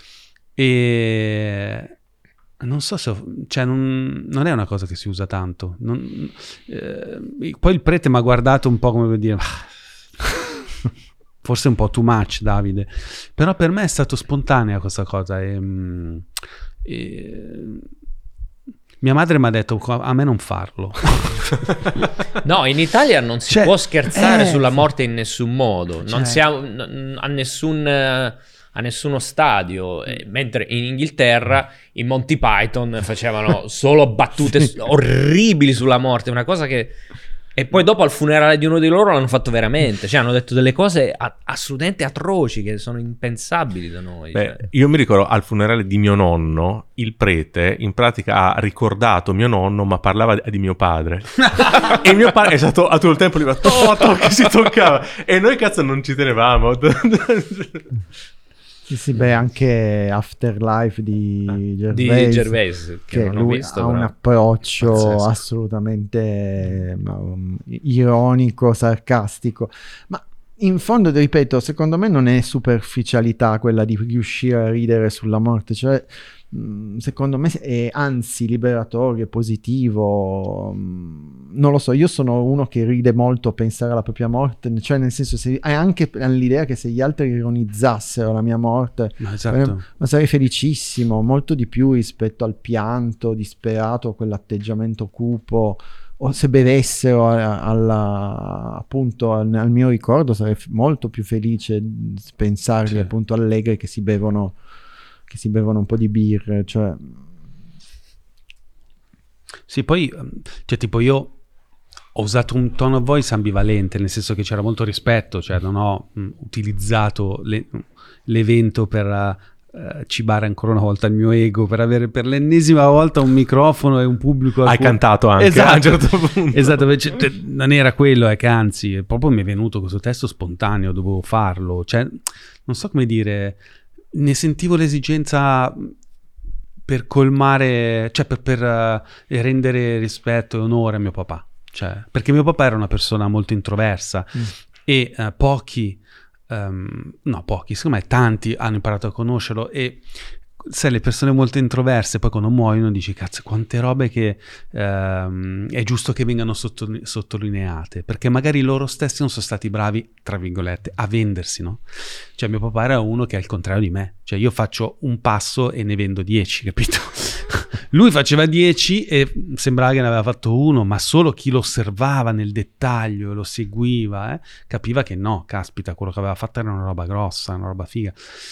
E non so se... Ho, cioè non, non è una cosa che si usa tanto. Non, eh, poi il prete mi ha guardato un po' come per dire... Forse un po' too much, Davide. Però per me è stato spontanea questa cosa. E, e, Mia madre mi ha detto a me non farlo. No, in Italia non si Cioè, può scherzare eh, sulla morte in nessun modo, non cioè. siamo n- a nessun a nessuno stadio, eh, mentre in Inghilterra i Monty Python facevano solo battute Sì. orribili sulla morte, una cosa che... E poi dopo al funerale di uno di loro l'hanno fatto veramente, cioè hanno detto delle cose a- assolutamente atroci che sono impensabili da noi. Beh, cioè. io mi ricordo al funerale di mio nonno, il prete in pratica ha ricordato mio nonno, ma parlava di, di mio padre. E mio padre è stato a tutto il tempo lì, ma to, to, che si toccava. E noi cazzo non ci tenevamo. Sì, sì, beh, anche Afterlife di Di Gervais, Gervais, che, che non ho lui visto, ha però. un approccio Pazzesco. assolutamente um, ironico, sarcastico, ma in fondo, ripeto, secondo me non è superficialità quella di riuscire a ridere sulla morte, cioè mh, secondo me è anzi liberatorio, positivo, mh, non lo so, io sono uno che ride molto a pensare alla propria morte, cioè nel senso, se, è anche l'idea che se gli altri ironizzassero la mia morte, Ma esatto. ma sarei felicissimo, molto di più rispetto al pianto disperato, quell'atteggiamento cupo, o se bevessero a- alla, appunto al, al mio ricordo sarei f- molto più felice di pensarli Sì. appunto allegri che si bevono che si bevono un po' di birre, cioè Sì, poi, cioè, tipo io ho usato un tone of voice ambivalente, nel senso che c'era molto rispetto, cioè non ho mh, utilizzato le- l'evento per uh, cibare ancora una volta il mio ego, per avere per l'ennesima volta un microfono e un pubblico. a Hai cui- cantato anche Esatto, a un certo punto. esatto, invece, te- non era quello, è che anzi, proprio mi è venuto questo testo spontaneo, dovevo farlo, cioè, non so come dire, ne sentivo l'esigenza per colmare, cioè per, per eh, rendere rispetto e onore a mio papà. Cioè, perché mio papà era una persona molto introversa Mm. e eh, pochi, ehm, no pochi, secondo me tanti hanno imparato a conoscerlo e sai, le persone molto introverse poi quando muoiono dici cazzo quante robe che ehm, è giusto che vengano sotto- sottolineate, perché magari loro stessi non sono stati bravi, tra virgolette, a vendersi, no? Cioè mio papà era uno che è il contrario di me, cioè io faccio un passo e ne vendo dieci, capito? Lui faceva dieci e sembrava che ne aveva fatto uno, ma solo chi lo osservava nel dettaglio e lo seguiva eh, capiva che no, caspita, quello che aveva fatto era una roba grossa, una roba figa.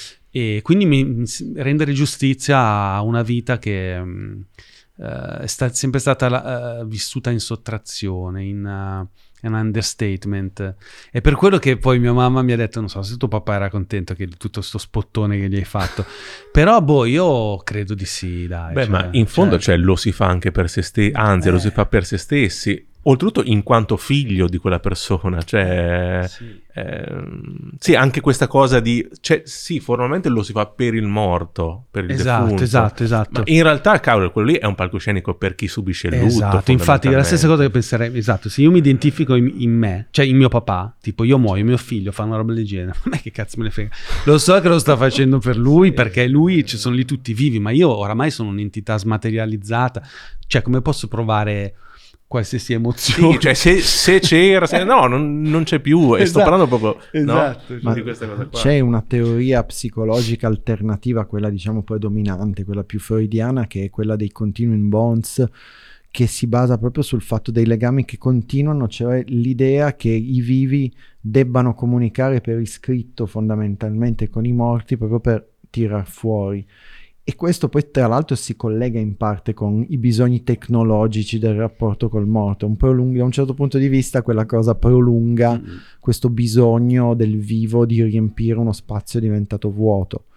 E quindi mi, mi- rendere giustizia a una vita che mh, eh, è sta- sempre stata la- eh, vissuta in sottrazione, in uh, un understatement. È per quello che poi mia mamma mi ha detto, non so se tuo papà era contento che di tutto sto spottone che gli hai fatto, però boh, io credo di sì, dai. Beh, cioè, ma in fondo cioè, cioè, lo si fa anche per se stessi, anzi Eh. lo si fa per se stessi, oltretutto in quanto figlio di quella persona, cioè sì. ehm, sì, anche questa cosa di, cioè sì, formalmente lo si fa per il morto, per il Esatto, defunto, esatto, esatto. ma in realtà, cavolo, quello lì è un palcoscenico per chi subisce il lutto. Esatto, infatti è la stessa cosa che fondamentalmente. penserei, esatto, se io mi identifico in, in me, cioè in mio papà, tipo io muoio, mio figlio fa una roba del genere, a me che cazzo me ne frega, lo so che lo sta facendo per lui, perché lui, ci sono lì tutti vivi, ma io oramai sono un'entità smaterializzata, cioè come posso provare qualsiasi emozione? Sì, cioè se, se c'era, se, no, non, non c'è più, e sto Esatto, parlando proprio esatto, no? Ma di questa cosa qua. c'è una teoria psicologica alternativa a quella diciamo predominante, quella più freudiana, che è quella dei continuing bonds, che si basa proprio sul fatto dei legami che continuano, cioè l'idea che i vivi debbano comunicare per iscritto fondamentalmente con i morti proprio per tirar fuori. E questo poi tra l'altro si collega in parte con i bisogni tecnologici del rapporto col morto. Un prolung- da un certo punto di vista quella cosa prolunga Mm. questo bisogno del vivo di riempire uno spazio diventato vuoto.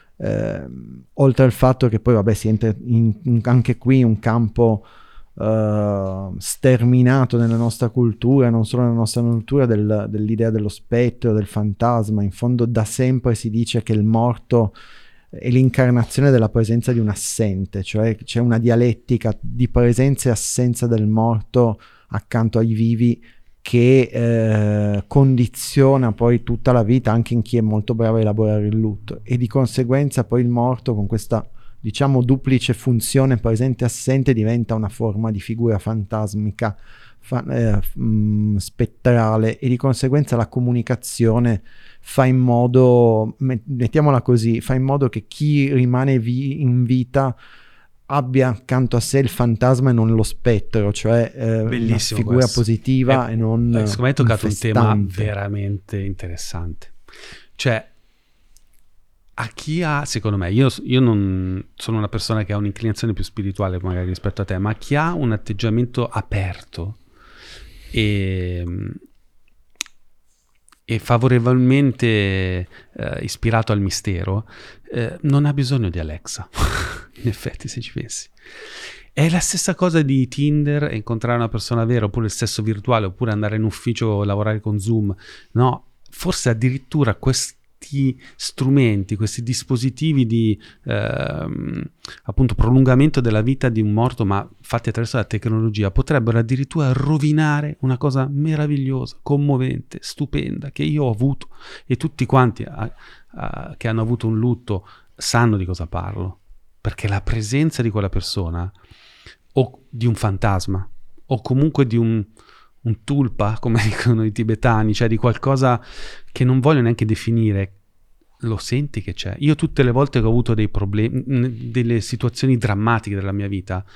Eh, oltre al fatto che poi vabbè si entra in, in- anche qui un campo eh, sterminato nella nostra cultura, non solo nella nostra cultura, del- dell'idea dello spettro, del fantasma. In fondo da sempre si dice che il morto è l'incarnazione della presenza di un assente, cioè c'è una dialettica di presenza e assenza del morto accanto ai vivi che eh, condiziona poi tutta la vita anche in chi è molto bravo a elaborare il lutto, e di conseguenza poi il morto con questa diciamo duplice funzione presente e assente diventa una forma di figura fantasmica, fa- eh, mh, spettrale, e di conseguenza la comunicazione fa in modo, met- mettiamola così, fa in modo che chi rimane vi- in vita abbia accanto a sé il fantasma e non lo spettro, cioè eh, una Bellissimo figura questo. positiva Eh, e non eh, secondo me hai toccato un tema infestante. veramente interessante. Cioè, a chi ha, secondo me, io, io non sono una persona che ha un'inclinazione più spirituale magari rispetto a te, ma chi ha un atteggiamento aperto e, e favorevolmente eh, ispirato al mistero, eh, non ha bisogno di Alexa, in effetti, se ci pensi. È la stessa cosa di Tinder e incontrare una persona vera, oppure il sesso virtuale, oppure andare in ufficio e lavorare con Zoom. No, forse addirittura questi strumenti, questi dispositivi di ehm, appunto prolungamento della vita di un morto, ma fatti attraverso la tecnologia, potrebbero addirittura rovinare una cosa meravigliosa, commovente, stupenda, che io ho avuto, e tutti quanti a, a, che hanno avuto un lutto sanno di cosa parlo, perché la presenza di quella persona, o di un fantasma, o comunque di un, un tulpa, come dicono i tibetani, cioè di qualcosa che non voglio neanche definire, lo senti che c'è. Io tutte le volte che ho avuto dei problemi, delle situazioni drammatiche della mia vita,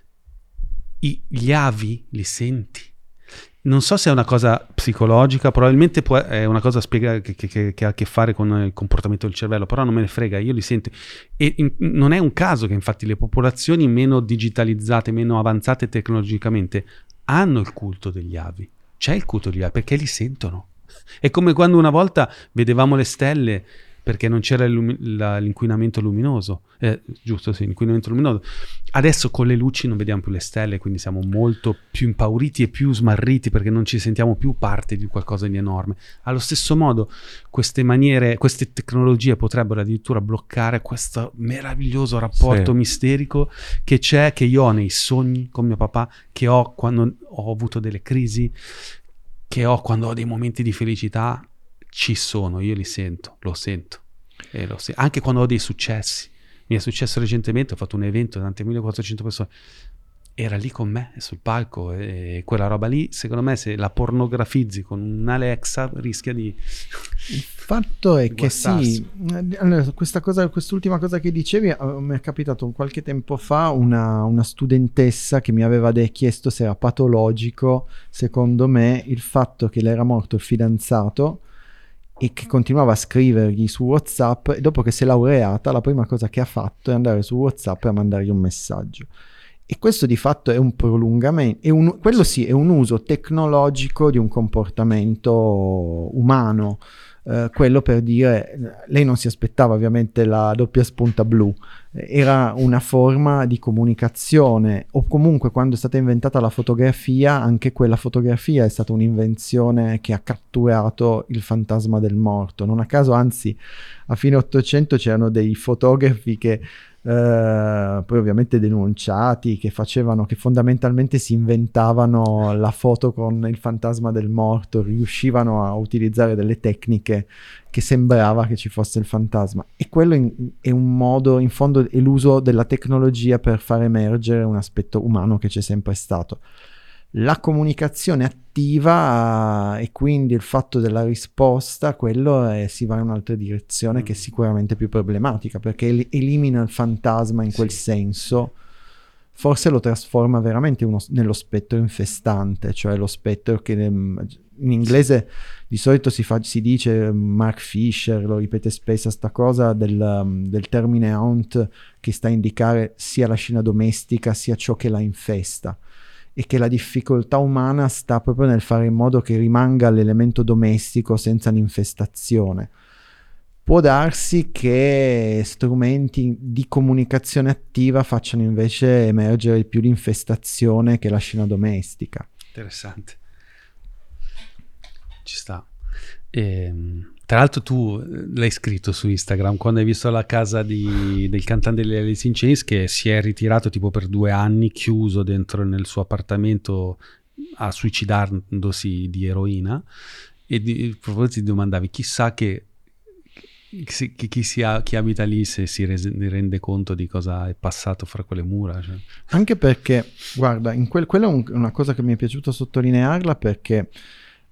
i, gli avi li senti. Non so se è una cosa psicologica, probabilmente può, è una cosa spiega, che, che, che ha a che fare con il comportamento del cervello, però non me ne frega, io li sento. E in, non è un caso che infatti le popolazioni meno digitalizzate, meno avanzate tecnologicamente, hanno il culto degli avi. C'è il culto degli avi perché li sentono. È come quando una volta vedevamo le stelle perché non c'era il, la, l'inquinamento luminoso, eh, giusto, sì, l'inquinamento luminoso. Adesso con le luci non vediamo più le stelle, quindi siamo molto più impauriti e più smarriti perché non ci sentiamo più parte di qualcosa di enorme. Allo stesso modo, queste maniere, queste tecnologie potrebbero addirittura bloccare questo meraviglioso rapporto Sì. misterico che c'è, che io ho nei sogni con mio papà, che ho quando ho avuto delle crisi, che ho quando ho dei momenti di felicità. Ci sono, io li sento, lo sento, e lo se- anche quando ho dei successi. Mi è successo recentemente, ho fatto un evento davanti a millequattrocento persone, era lì con me sul palco, e quella roba lì, secondo me, se la pornografizzi con un Alexa rischia di Il fatto è di che guastarsi. sì, allora, questa cosa, quest'ultima cosa che dicevi, eh, mi è capitato qualche tempo fa una, una studentessa che mi aveva de- chiesto se era patologico, secondo me, il fatto che le era morto il fidanzato e che continuava a scrivergli su WhatsApp, e dopo che si è laureata la prima cosa che ha fatto è andare su WhatsApp e mandargli un messaggio. E questo di fatto è un prolungamento, è un, quello sì, è un uso tecnologico di un comportamento umano, eh, quello per dire, lei non si aspettava ovviamente la doppia spunta blu, era una forma di comunicazione, o comunque quando è stata inventata la fotografia, anche quella fotografia è stata un'invenzione che ha catturato il fantasma del morto. Non a caso, anzi, a fine Ottocento c'erano dei fotografi che Uh, poi ovviamente denunciati, che facevano, che fondamentalmente si inventavano la foto con il fantasma del morto, riuscivano a utilizzare delle tecniche che sembrava che ci fosse il fantasma, e quello in, è un modo, in fondo è l'uso della tecnologia per far emergere un aspetto umano che c'è sempre stato. La comunicazione attiva, e quindi il fatto della risposta, quello è, si va in un'altra direzione che è sicuramente più problematica, perché el- elimina il fantasma in quel Sì. senso, forse lo trasforma veramente uno, nello spettro infestante, cioè lo spettro che in inglese di solito si, fa, si dice, Mark Fisher lo ripete spesso sta cosa del, del termine haunt, che sta a indicare sia la scena domestica sia ciò che la infesta, e che la difficoltà umana sta proprio nel fare in modo che rimanga l'elemento domestico senza l'infestazione. Può darsi che strumenti di comunicazione attiva facciano invece emergere più l'infestazione che la scena domestica. Interessante. Ci sta. Ehm, tra l'altro tu l'hai scritto su Instagram quando hai visto la casa di, del cantante degli Alice in Chains, che si è ritirato tipo per due anni, chiuso dentro nel suo appartamento a suicidandosi di eroina, e di, proprio ti domandavi chissà che chi, chi, si ha, chi abita lì se si rese, rende conto di cosa è passato fra quelle mura, cioè. Anche perché, guarda, in quel, quella è un, una cosa che mi è piaciuto sottolinearla, perché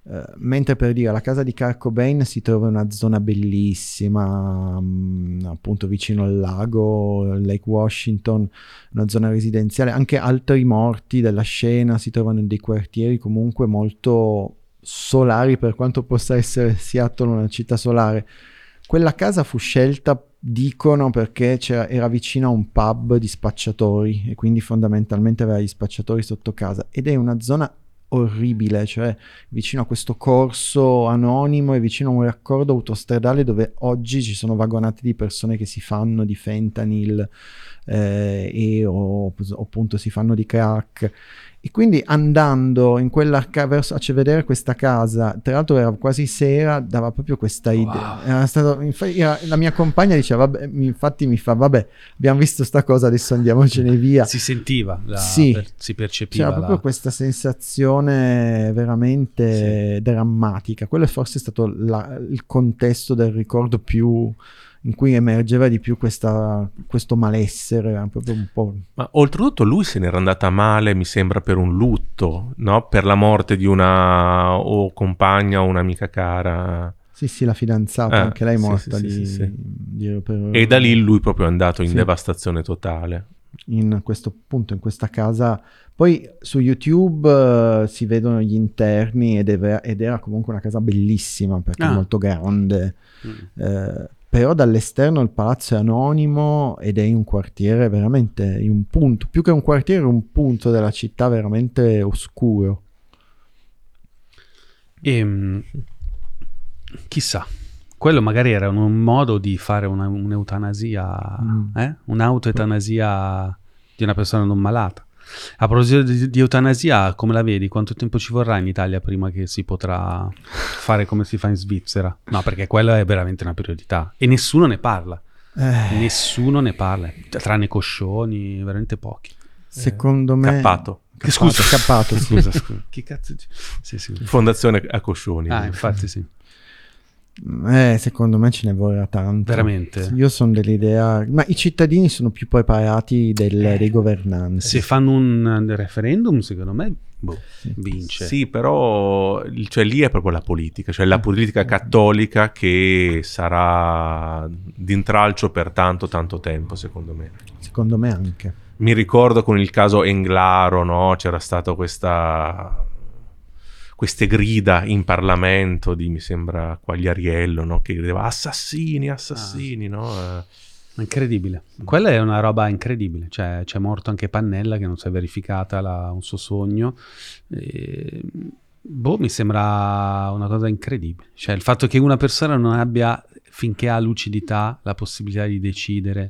Uh, mentre per dire la casa di Kurt Cobain si trova in una zona bellissima, mh, appunto vicino al lago, Lake Washington, una zona residenziale. Anche altri morti della scena si trovano in dei quartieri comunque molto solari, per quanto possa essere Seattle una città solare. Quella casa fu scelta, dicono, perché c'era, era vicino a un pub di spacciatori e quindi fondamentalmente aveva gli spacciatori sotto casa, ed è una zona orribile, cioè vicino a questo corso anonimo e vicino a un raccordo autostradale dove oggi ci sono vagonate di persone che si fanno di fentanyl eh, e o, o appunto si fanno di crack. E quindi andando in quella ca- verso, a vedere questa casa, tra l'altro era quasi sera, dava proprio questa idea. Wow. Era stato, infatti, era, la mia compagna diceva, vabbè, infatti mi fa, vabbè, abbiamo visto sta cosa, adesso andiamocene via. Si sentiva, la, Sì. per, si percepiva. C'era proprio la... questa sensazione veramente Sì. drammatica. Quello è forse stato la, il contesto del ricordo più in cui emergeva di più questa, questo malessere, proprio un po'. Ma oltretutto lui se n'era andata male, mi sembra, per un lutto, no? Per la morte di una o compagna o un'amica cara. Sì, sì, la fidanzata, Eh, anche lei è sì, morta sì, di, sì, sì. di- per- E da lì lui proprio è andato in Sì. devastazione totale. in questo punto, in questa casa. Poi su YouTube eh, si vedono gli interni ed, è- ed era comunque una casa bellissima perché Ah. è molto grande. Mm. Eh, però dall'esterno il palazzo è anonimo ed è in un quartiere veramente, in un punto, più che un quartiere, un punto della città veramente oscuro. E, chissà, quello magari era un modo di fare una, un'eutanasia, Mm. eh? Un'autoeutanasia di una persona non malata. A proposito di, di eutanasia, come la vedi? Quanto tempo ci vorrà in Italia prima che si potrà fare come si fa in Svizzera? No, perché quella è veramente una priorità e nessuno ne parla. Eh, Nessuno ne parla, tranne coscioni, veramente pochi. secondo me... Cappato. Che scusa, Cappato, sì. scusa, scusa. Che cazzo? di- Sì, sì. Fondazione a Coscioni. Ah, infatti sì. Eh, secondo me ce ne vorrà tanto. Veramente? Io sono dell'idea... Ma i cittadini sono più preparati del- dei governanti. Se fanno un referendum, secondo me, boh, vince. Sì, però cioè, lì è proprio la politica, cioè la politica cattolica che sarà d'intralcio per tanto tanto tempo, secondo me. Secondo me anche. Mi ricordo con il caso Englaro, no? C'era stata questa queste grida in Parlamento di, mi sembra, Quagliariello, no? Che gridava assassini, assassini, no? Eh, Incredibile. Quella è una roba incredibile. Cioè, c'è morto anche Pannella che non si è verificata la- un suo sogno. E, boh, mi sembra una cosa incredibile. Cioè, il fatto che una persona non abbia, finché ha lucidità, la possibilità di decidere.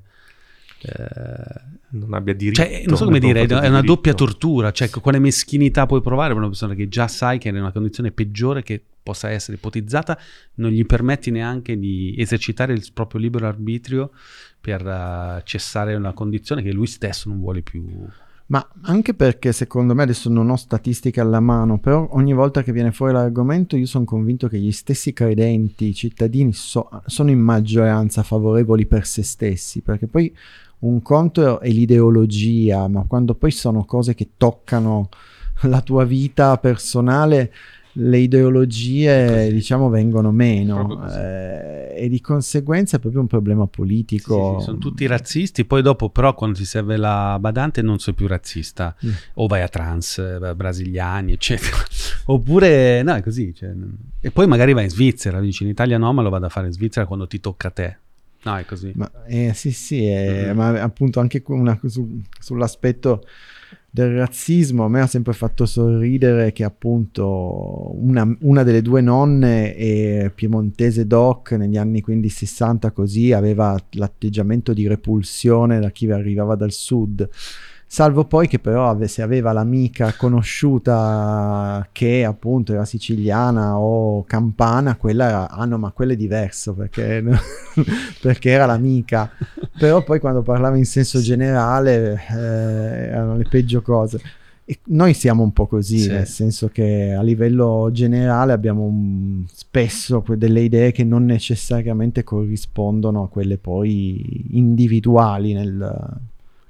eh, non abbia diritto. Cioè, non so come abbiamo dire, fatto è una diritto. doppia tortura. Cioè, quale meschinità puoi provare per una persona che già sai che è in una condizione peggiore che possa essere ipotizzata, non gli permetti neanche di esercitare il proprio libero arbitrio per eh, cessare una condizione che lui stesso non vuole più. Ma anche perché secondo me, adesso non ho statistiche alla mano, però ogni volta che viene fuori l'argomento io sono convinto che gli stessi credenti, i cittadini, so- sono in maggioranza favorevoli per se stessi, perché poi un conto è l'ideologia, ma quando poi sono cose che toccano la tua vita personale, le ideologie, diciamo, vengono meno, Proprio così. eh, e di conseguenza è proprio un problema politico. Sì, sì, sono tutti razzisti, poi dopo però quando ti serve la badante non sei più razzista, Mm. o vai a trans, eh, brasiliani, eccetera. Oppure, no, è così. Cioè, e poi magari vai in Svizzera, dici in Italia no, ma lo vado a fare in Svizzera quando ti tocca a te. No, è così. Ma, eh, sì, sì, eh, Mhm. ma appunto anche una- su- sull'aspetto del razzismo a me ha sempre fatto sorridere che appunto una, una delle due nonne è piemontese doc negli anni quindi sessanta, così aveva l'atteggiamento di repulsione da chi arrivava dal sud, salvo poi che però ave- se aveva l'amica conosciuta che appunto era siciliana o campana, quella era, ah no, ma quello è diverso perché, perché era l'amica. Però poi quando parlava in senso generale eh, erano le peggio cose. E noi siamo un po' così, Sì. nel senso che a livello generale abbiamo un- spesso que- delle idee che non necessariamente corrispondono a quelle poi individuali nel,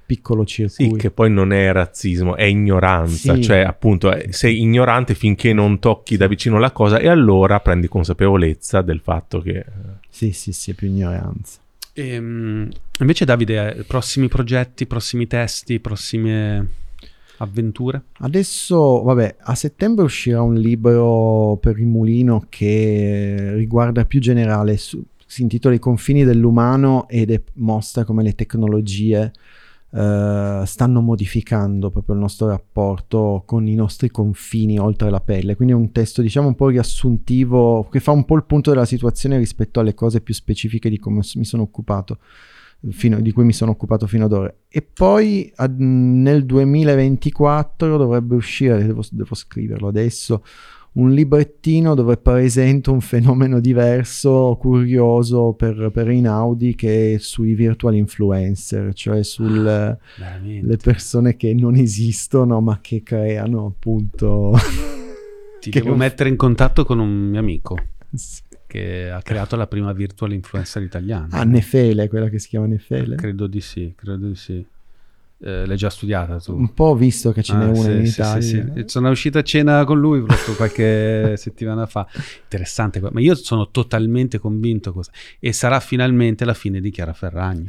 piccolo Sì, circuito. che poi non è razzismo, è ignoranza, Sì. cioè appunto eh, sei ignorante finché non tocchi da vicino la cosa e allora prendi consapevolezza del fatto che... eh, Sì, sì, sì, è più ignoranza. Ehm, invece Davide, eh, prossimi progetti, prossimi testi, prossime avventure? Adesso, vabbè, a settembre uscirà un libro per il Mulino che riguarda più generale, su- si intitola I confini dell'umano ed è, mostra come le tecnologie eh, stanno modificando proprio il nostro rapporto con i nostri confini oltre la pelle. Quindi è un testo, diciamo, un po' riassuntivo che fa un po' il punto della situazione rispetto alle cose più specifiche di come mi sono occupato. Fino, di cui mi sono occupato fino ad ora. E poi ad, nel duemilaventiquattro dovrebbe uscire, devo, devo scriverlo adesso, un librettino dove presento un fenomeno diverso, curioso per, per Einaudi, che è sui virtual influencer, cioè sulle Veramente. persone che non esistono ma che creano appunto... Ti che devo non- mettere in contatto con un mio amico che ha creato la prima virtual influencer italiana. Ah, Nefele, quella che si chiama Nefele. Credo di sì, credo di sì. Eh, l'hai già studiata tu? Un po' visto che ce n'è Ah, una sì, in sì, Italia. sì, sì. Sono uscito a cena con lui proprio qualche settimana fa. Interessante, ma io sono totalmente convinto cosa. E sarà finalmente la fine di Chiara Ferragni.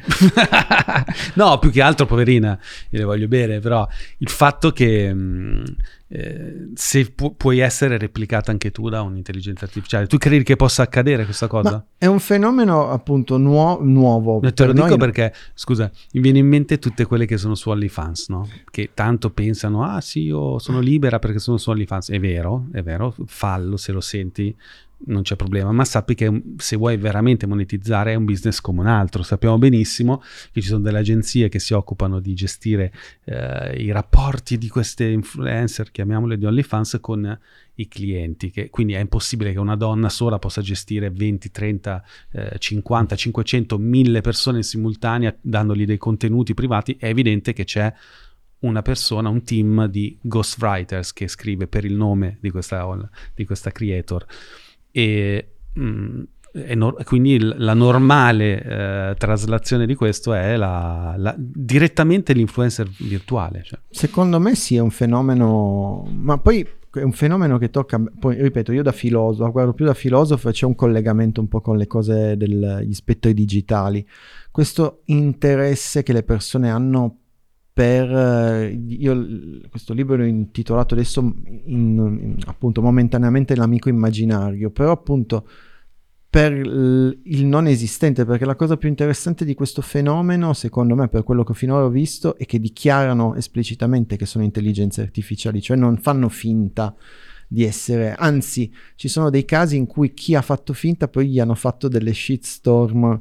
No, più che altro, poverina, io le voglio bene, però il fatto che mh, eh, se pu- puoi essere replicata anche tu da un'intelligenza artificiale, tu credi che possa accadere questa cosa? Ma è un fenomeno appunto nuo- nuovo. No, te lo per dico noi. perché, scusa, mi viene in mente tutte quelle che sono su OnlyFans, no? Che tanto pensano, ah sì, io sono libera perché sono su OnlyFans. È vero, è vero, fallo se lo senti, non c'è problema, ma sappi che se vuoi veramente monetizzare è un business come un altro. Sappiamo benissimo che ci sono delle agenzie che si occupano di gestire eh, i rapporti di queste influencer, chiamiamole di OnlyFans, con i clienti, che quindi è impossibile che una donna sola possa gestire venti, trenta, eh, cinquanta, cinquecento, mille persone in simultanea dandogli dei contenuti privati. È evidente che c'è una persona, un team di ghostwriters che scrive per il nome di questa, di questa creator e mh, è no- quindi il- la normale eh, traslazione di questo è la, la- direttamente l'influencer virtuale, cioè. Secondo me sì, è un fenomeno, ma poi è un fenomeno che tocca, poi ripeto, io da filosofo, guardo più da filosofo e c'è un collegamento un po' con le cose degli spettri digitali. Questo interesse che le persone hanno per, eh, io questo libro l'ho intitolato adesso in, in- appunto momentaneamente l'amico immaginario, però appunto per il il non esistente, perché la cosa più interessante di questo fenomeno, secondo me, per quello che finora ho visto, è che dichiarano esplicitamente che sono intelligenze artificiali, cioè non fanno finta di essere, anzi ci sono dei casi in cui chi ha fatto finta poi gli hanno fatto delle shitstorm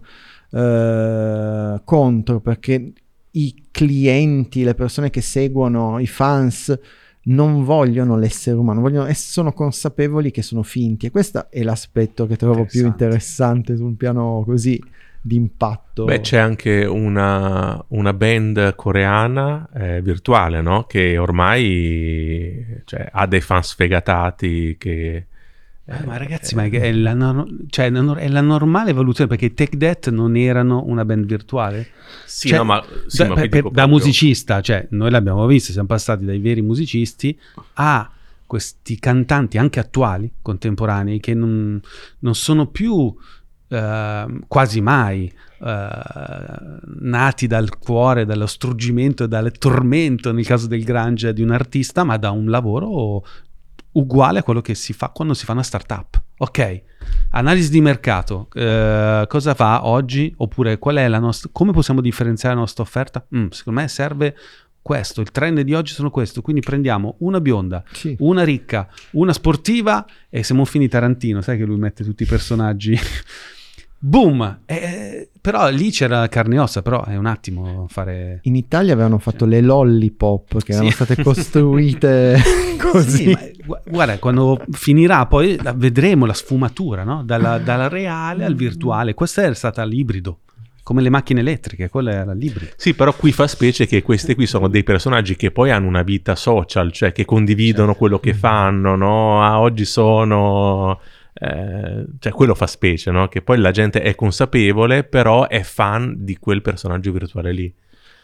eh, contro, perché i clienti, le persone che seguono, i fans non vogliono l'essere umano, vogliono, e sono consapevoli che sono finti, e questo è l'aspetto che trovo più interessante su un piano così di impatto. Beh, c'è anche una, una band coreana eh, virtuale, no? Che ormai cioè, ha dei fan sfegatati che... Eh, ma ragazzi, ma è la, nor- cioè, la nor- è la normale evoluzione, perché i Take That non erano una band virtuale. Sì, Cioè, no, ma, sì, da, ma per- qui per- dico da proprio- musicista, cioè noi l'abbiamo visto, siamo passati dai veri musicisti a questi cantanti anche attuali, contemporanei, che non, non sono più eh, quasi mai eh, nati dal cuore, dallo struggimento e dal tormento, nel caso del grunge, di un artista, ma da un lavoro uguale a quello che si fa quando si fa una startup. Ok, analisi di mercato, eh, cosa fa oggi, oppure qual è la nostra, come possiamo differenziare la nostra offerta? Mm, secondo me serve questo, il trend di oggi sono questo, quindi prendiamo una bionda, Sì. una ricca, una sportiva e siamo finiti. Tarantino, sai che lui mette tutti i personaggi boom, eh, però lì c'era carne e ossa, però è un attimo fare... In Italia avevano fatto le lollipop che erano Sì. state costruite così. Sì, ma gu- guarda, quando finirà poi la- vedremo la sfumatura, no? Dalla, dalla reale al virtuale. Questa è stata l'ibrido, come le macchine elettriche, quella era l'ibrido. Sì, però qui fa specie che questi qui sono dei personaggi che poi hanno una vita social, cioè che condividono Certo. quello che fanno, no? Ah, oggi sono... Eh, cioè quello fa specie, no? Che poi la gente è consapevole, però è fan di quel personaggio virtuale lì.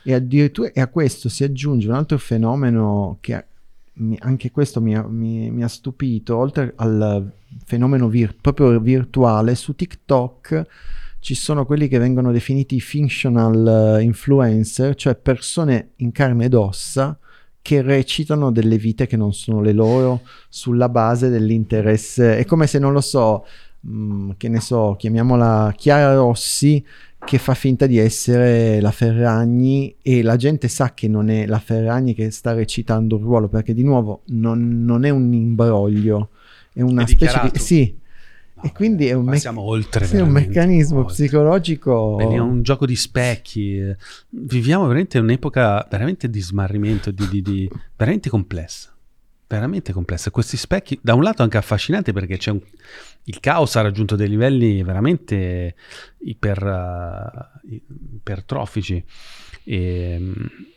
E addirittura e a questo si aggiunge un altro fenomeno che mi, anche questo mi ha, mi, mi ha stupito, oltre al fenomeno vir- proprio virtuale, su TikTok ci sono quelli che vengono definiti functional influencer, cioè persone in carne ed ossa che recitano delle vite che non sono le loro sulla base dell'interesse. È come se, non lo so, mh, che ne so, chiamiamola Chiara Rossi, che fa finta di essere la Ferragni e la gente sa che non è la Ferragni che sta recitando un ruolo, perché di nuovo non, non è un imbroglio, è una È specie dichiarato. di... Sì. No, E quindi è un, ma mec- siamo oltre, sì, è un veramente, meccanismo oltre. psicologico. Beh, è un gioco di specchi. Viviamo veramente un'epoca veramente di smarrimento, di, di, di- veramente complessa. Veramente complessa. Questi specchi, da un lato, anche affascinanti perché c'è un, il caos ha raggiunto dei livelli veramente iper, uh, ipertrofici. E,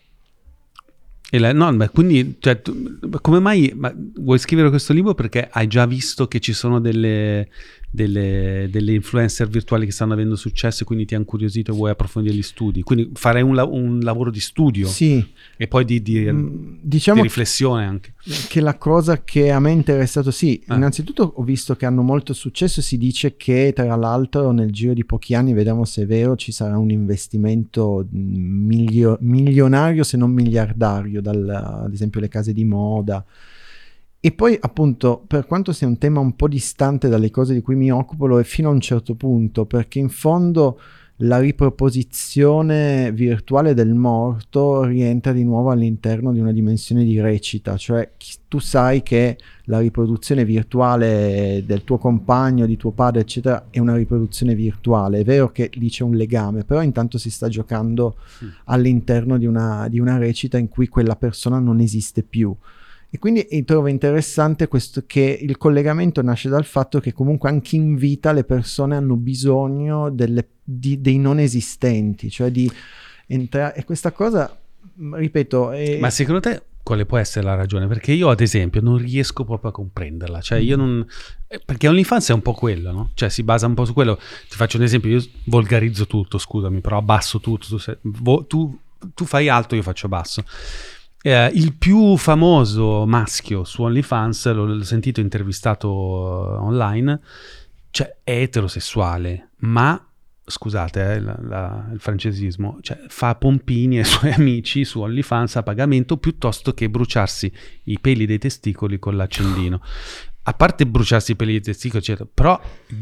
e la, no, ma quindi, cioè, tu, come mai ma vuoi scrivere questo libro? Perché hai già visto che ci sono delle, delle, delle influencer virtuali che stanno avendo successo e quindi ti ha incuriosito e vuoi approfondire gli studi. Quindi farei un, la- un lavoro di studio Sì, e poi di, di, mm, diciamo di riflessione anche. che la cosa che a me è interessato, sì, Ah. innanzitutto ho visto che hanno molto successo, si dice che tra l'altro nel giro di pochi anni, vediamo se è vero, ci sarà un investimento milio- milionario se non miliardario, dal, ad esempio le case di moda. E poi appunto, per quanto sia un tema un po' distante dalle cose di cui mi occupo, lo è fino a un certo punto, perché in fondo la riproposizione virtuale del morto rientra di nuovo all'interno di una dimensione di recita, cioè chi- tu sai che la riproduzione virtuale del tuo compagno, di tuo padre, eccetera, è una riproduzione virtuale. È vero che lì c'è un legame, però intanto si sta giocando Mm. all'interno di una, di una recita in cui quella persona non esiste più. E quindi trovo interessante questo, che il collegamento nasce dal fatto che comunque anche in vita le persone hanno bisogno delle, di, dei non esistenti, cioè di entrare... E questa cosa, ripeto... È... Ma secondo te quale può essere la ragione? Perché io ad esempio non riesco proprio a comprenderla, cioè io non... eh, perché OnlyFans è un po' quello, no? Cioè si basa un po' su quello. Ti faccio un esempio, io volgarizzo tutto, scusami, però abbasso tutto, tu, sei- vo- tu, tu fai alto, io faccio basso. Eh, il più famoso maschio su OnlyFans, l'ho, l'ho sentito intervistato uh, online, cioè è eterosessuale, ma scusate eh, la- la- il francesismo, cioè fa pompini ai suoi amici su OnlyFans a pagamento piuttosto che bruciarsi i peli dei testicoli con l'accendino. A parte bruciarsi i peli dei testicoli, eccetera, però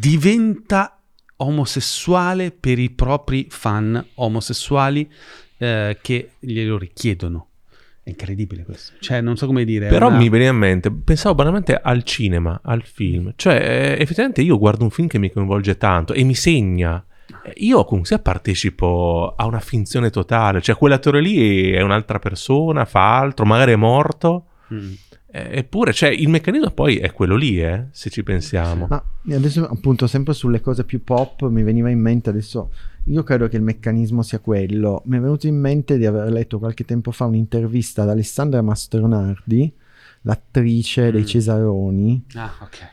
diventa omosessuale per i propri fan omosessuali eh, che glielo richiedono. È incredibile questo. Cioè, non so come dire. è Però una- mi veniva in mente, pensavo banalmente al cinema, al film. Cioè, eh, effettivamente io guardo un film che mi coinvolge tanto e mi segna. Eh, Io comunque sia partecipo a una finzione totale. Cioè, quell'attore lì è un'altra persona, fa altro, magari è morto. Mm. Eh, eppure, cioè, il meccanismo poi è quello lì, eh, se ci pensiamo. Ma adesso appunto sempre sulle cose più pop mi veniva in mente adesso, io credo che il meccanismo sia quello. Mi è venuto in mente di aver letto qualche tempo fa un'intervista ad Alessandra Mastronardi, l'attrice dei Mm. Cesaroni, Ah, ok.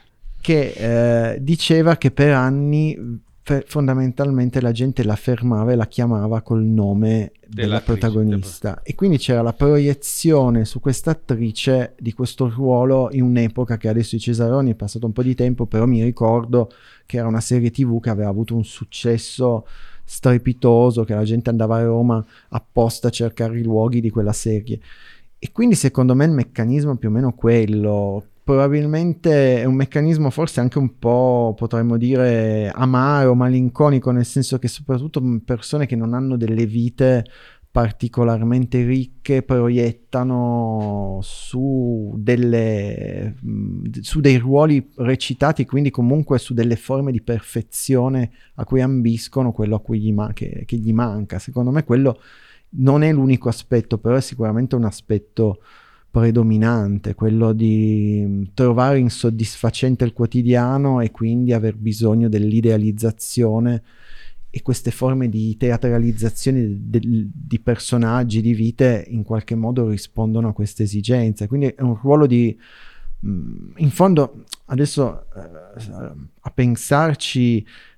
che eh, diceva che per anni fe- fondamentalmente la gente la fermava e la chiamava col nome della Dell'attrice, protagonista, e quindi c'era la proiezione su questa attrice di questo ruolo in un'epoca che adesso i Cesaroni è passato un po' di tempo, però mi ricordo che era una serie tv che aveva avuto un successo strepitoso, che la gente andava a Roma apposta a cercare i luoghi di quella serie. E quindi secondo me il meccanismo è più o meno quello. Probabilmente è un meccanismo forse anche un po', potremmo dire, amaro, malinconico, nel senso che soprattutto persone che non hanno delle vite particolarmente ricche proiettano su delle mh, su dei ruoli recitati, quindi comunque su delle forme di perfezione a cui ambiscono, quello a cui gli, ma- che, che gli manca. Secondo me quello non è l'unico aspetto, però è sicuramente un aspetto predominante, quello di trovare insoddisfacente il quotidiano e quindi aver bisogno dell'idealizzazione, e queste forme di teatralizzazione del- di personaggi, di vite, in qualche modo rispondono a queste esigenze. Quindi è un ruolo di, mh, in fondo, adesso eh, a pensarci,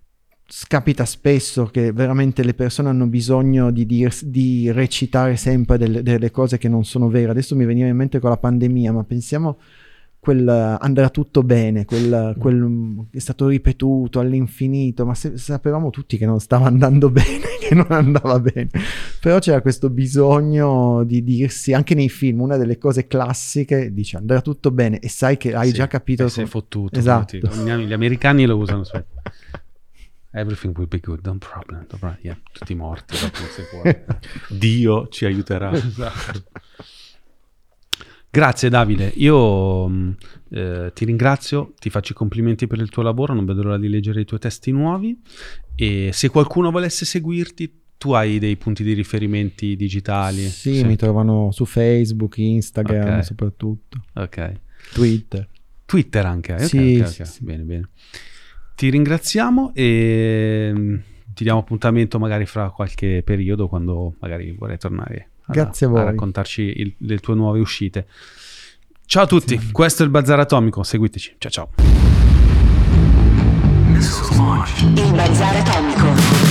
scapita spesso che veramente le persone hanno bisogno di, dir- di recitare sempre delle, delle cose che non sono vere. Adesso mi veniva in mente con la pandemia, ma pensiamo quel uh, andrà tutto bene, quel, quel um, è stato ripetuto all'infinito, ma se- sapevamo tutti che non stava andando bene, che non andava bene, però c'era questo bisogno di dirsi, anche nei film, una delle cose classiche, dice andrà tutto bene e sai che hai Sì, già capito. e sei come- fottuto. Esatto. Gli, gli americani lo usano spesso. Everything will be good, don't problem, don't problem. Yeah, tutti morti dopo non si può. Dio ci aiuterà. Esatto. Grazie Davide, io mh, eh, ti ringrazio, ti faccio i complimenti per il tuo lavoro, non vedo l'ora di leggere i tuoi testi nuovi e se qualcuno volesse seguirti, tu hai dei punti di riferimenti digitali? Sì, mi trovano su Facebook, Instagram Ok. soprattutto, Ok. Twitter. Twitter anche? Ok, Sì, ok, sì, ok. sì. Bene, bene. Ti ringraziamo e mh, ti diamo appuntamento magari fra qualche periodo quando magari vorrai tornare a, Grazie a a voi. raccontarci il- le tue nuove uscite. Ciao a tutti, questo è il Bazar Atomico, seguiteci. Ciao ciao. Il Bazar Atomico.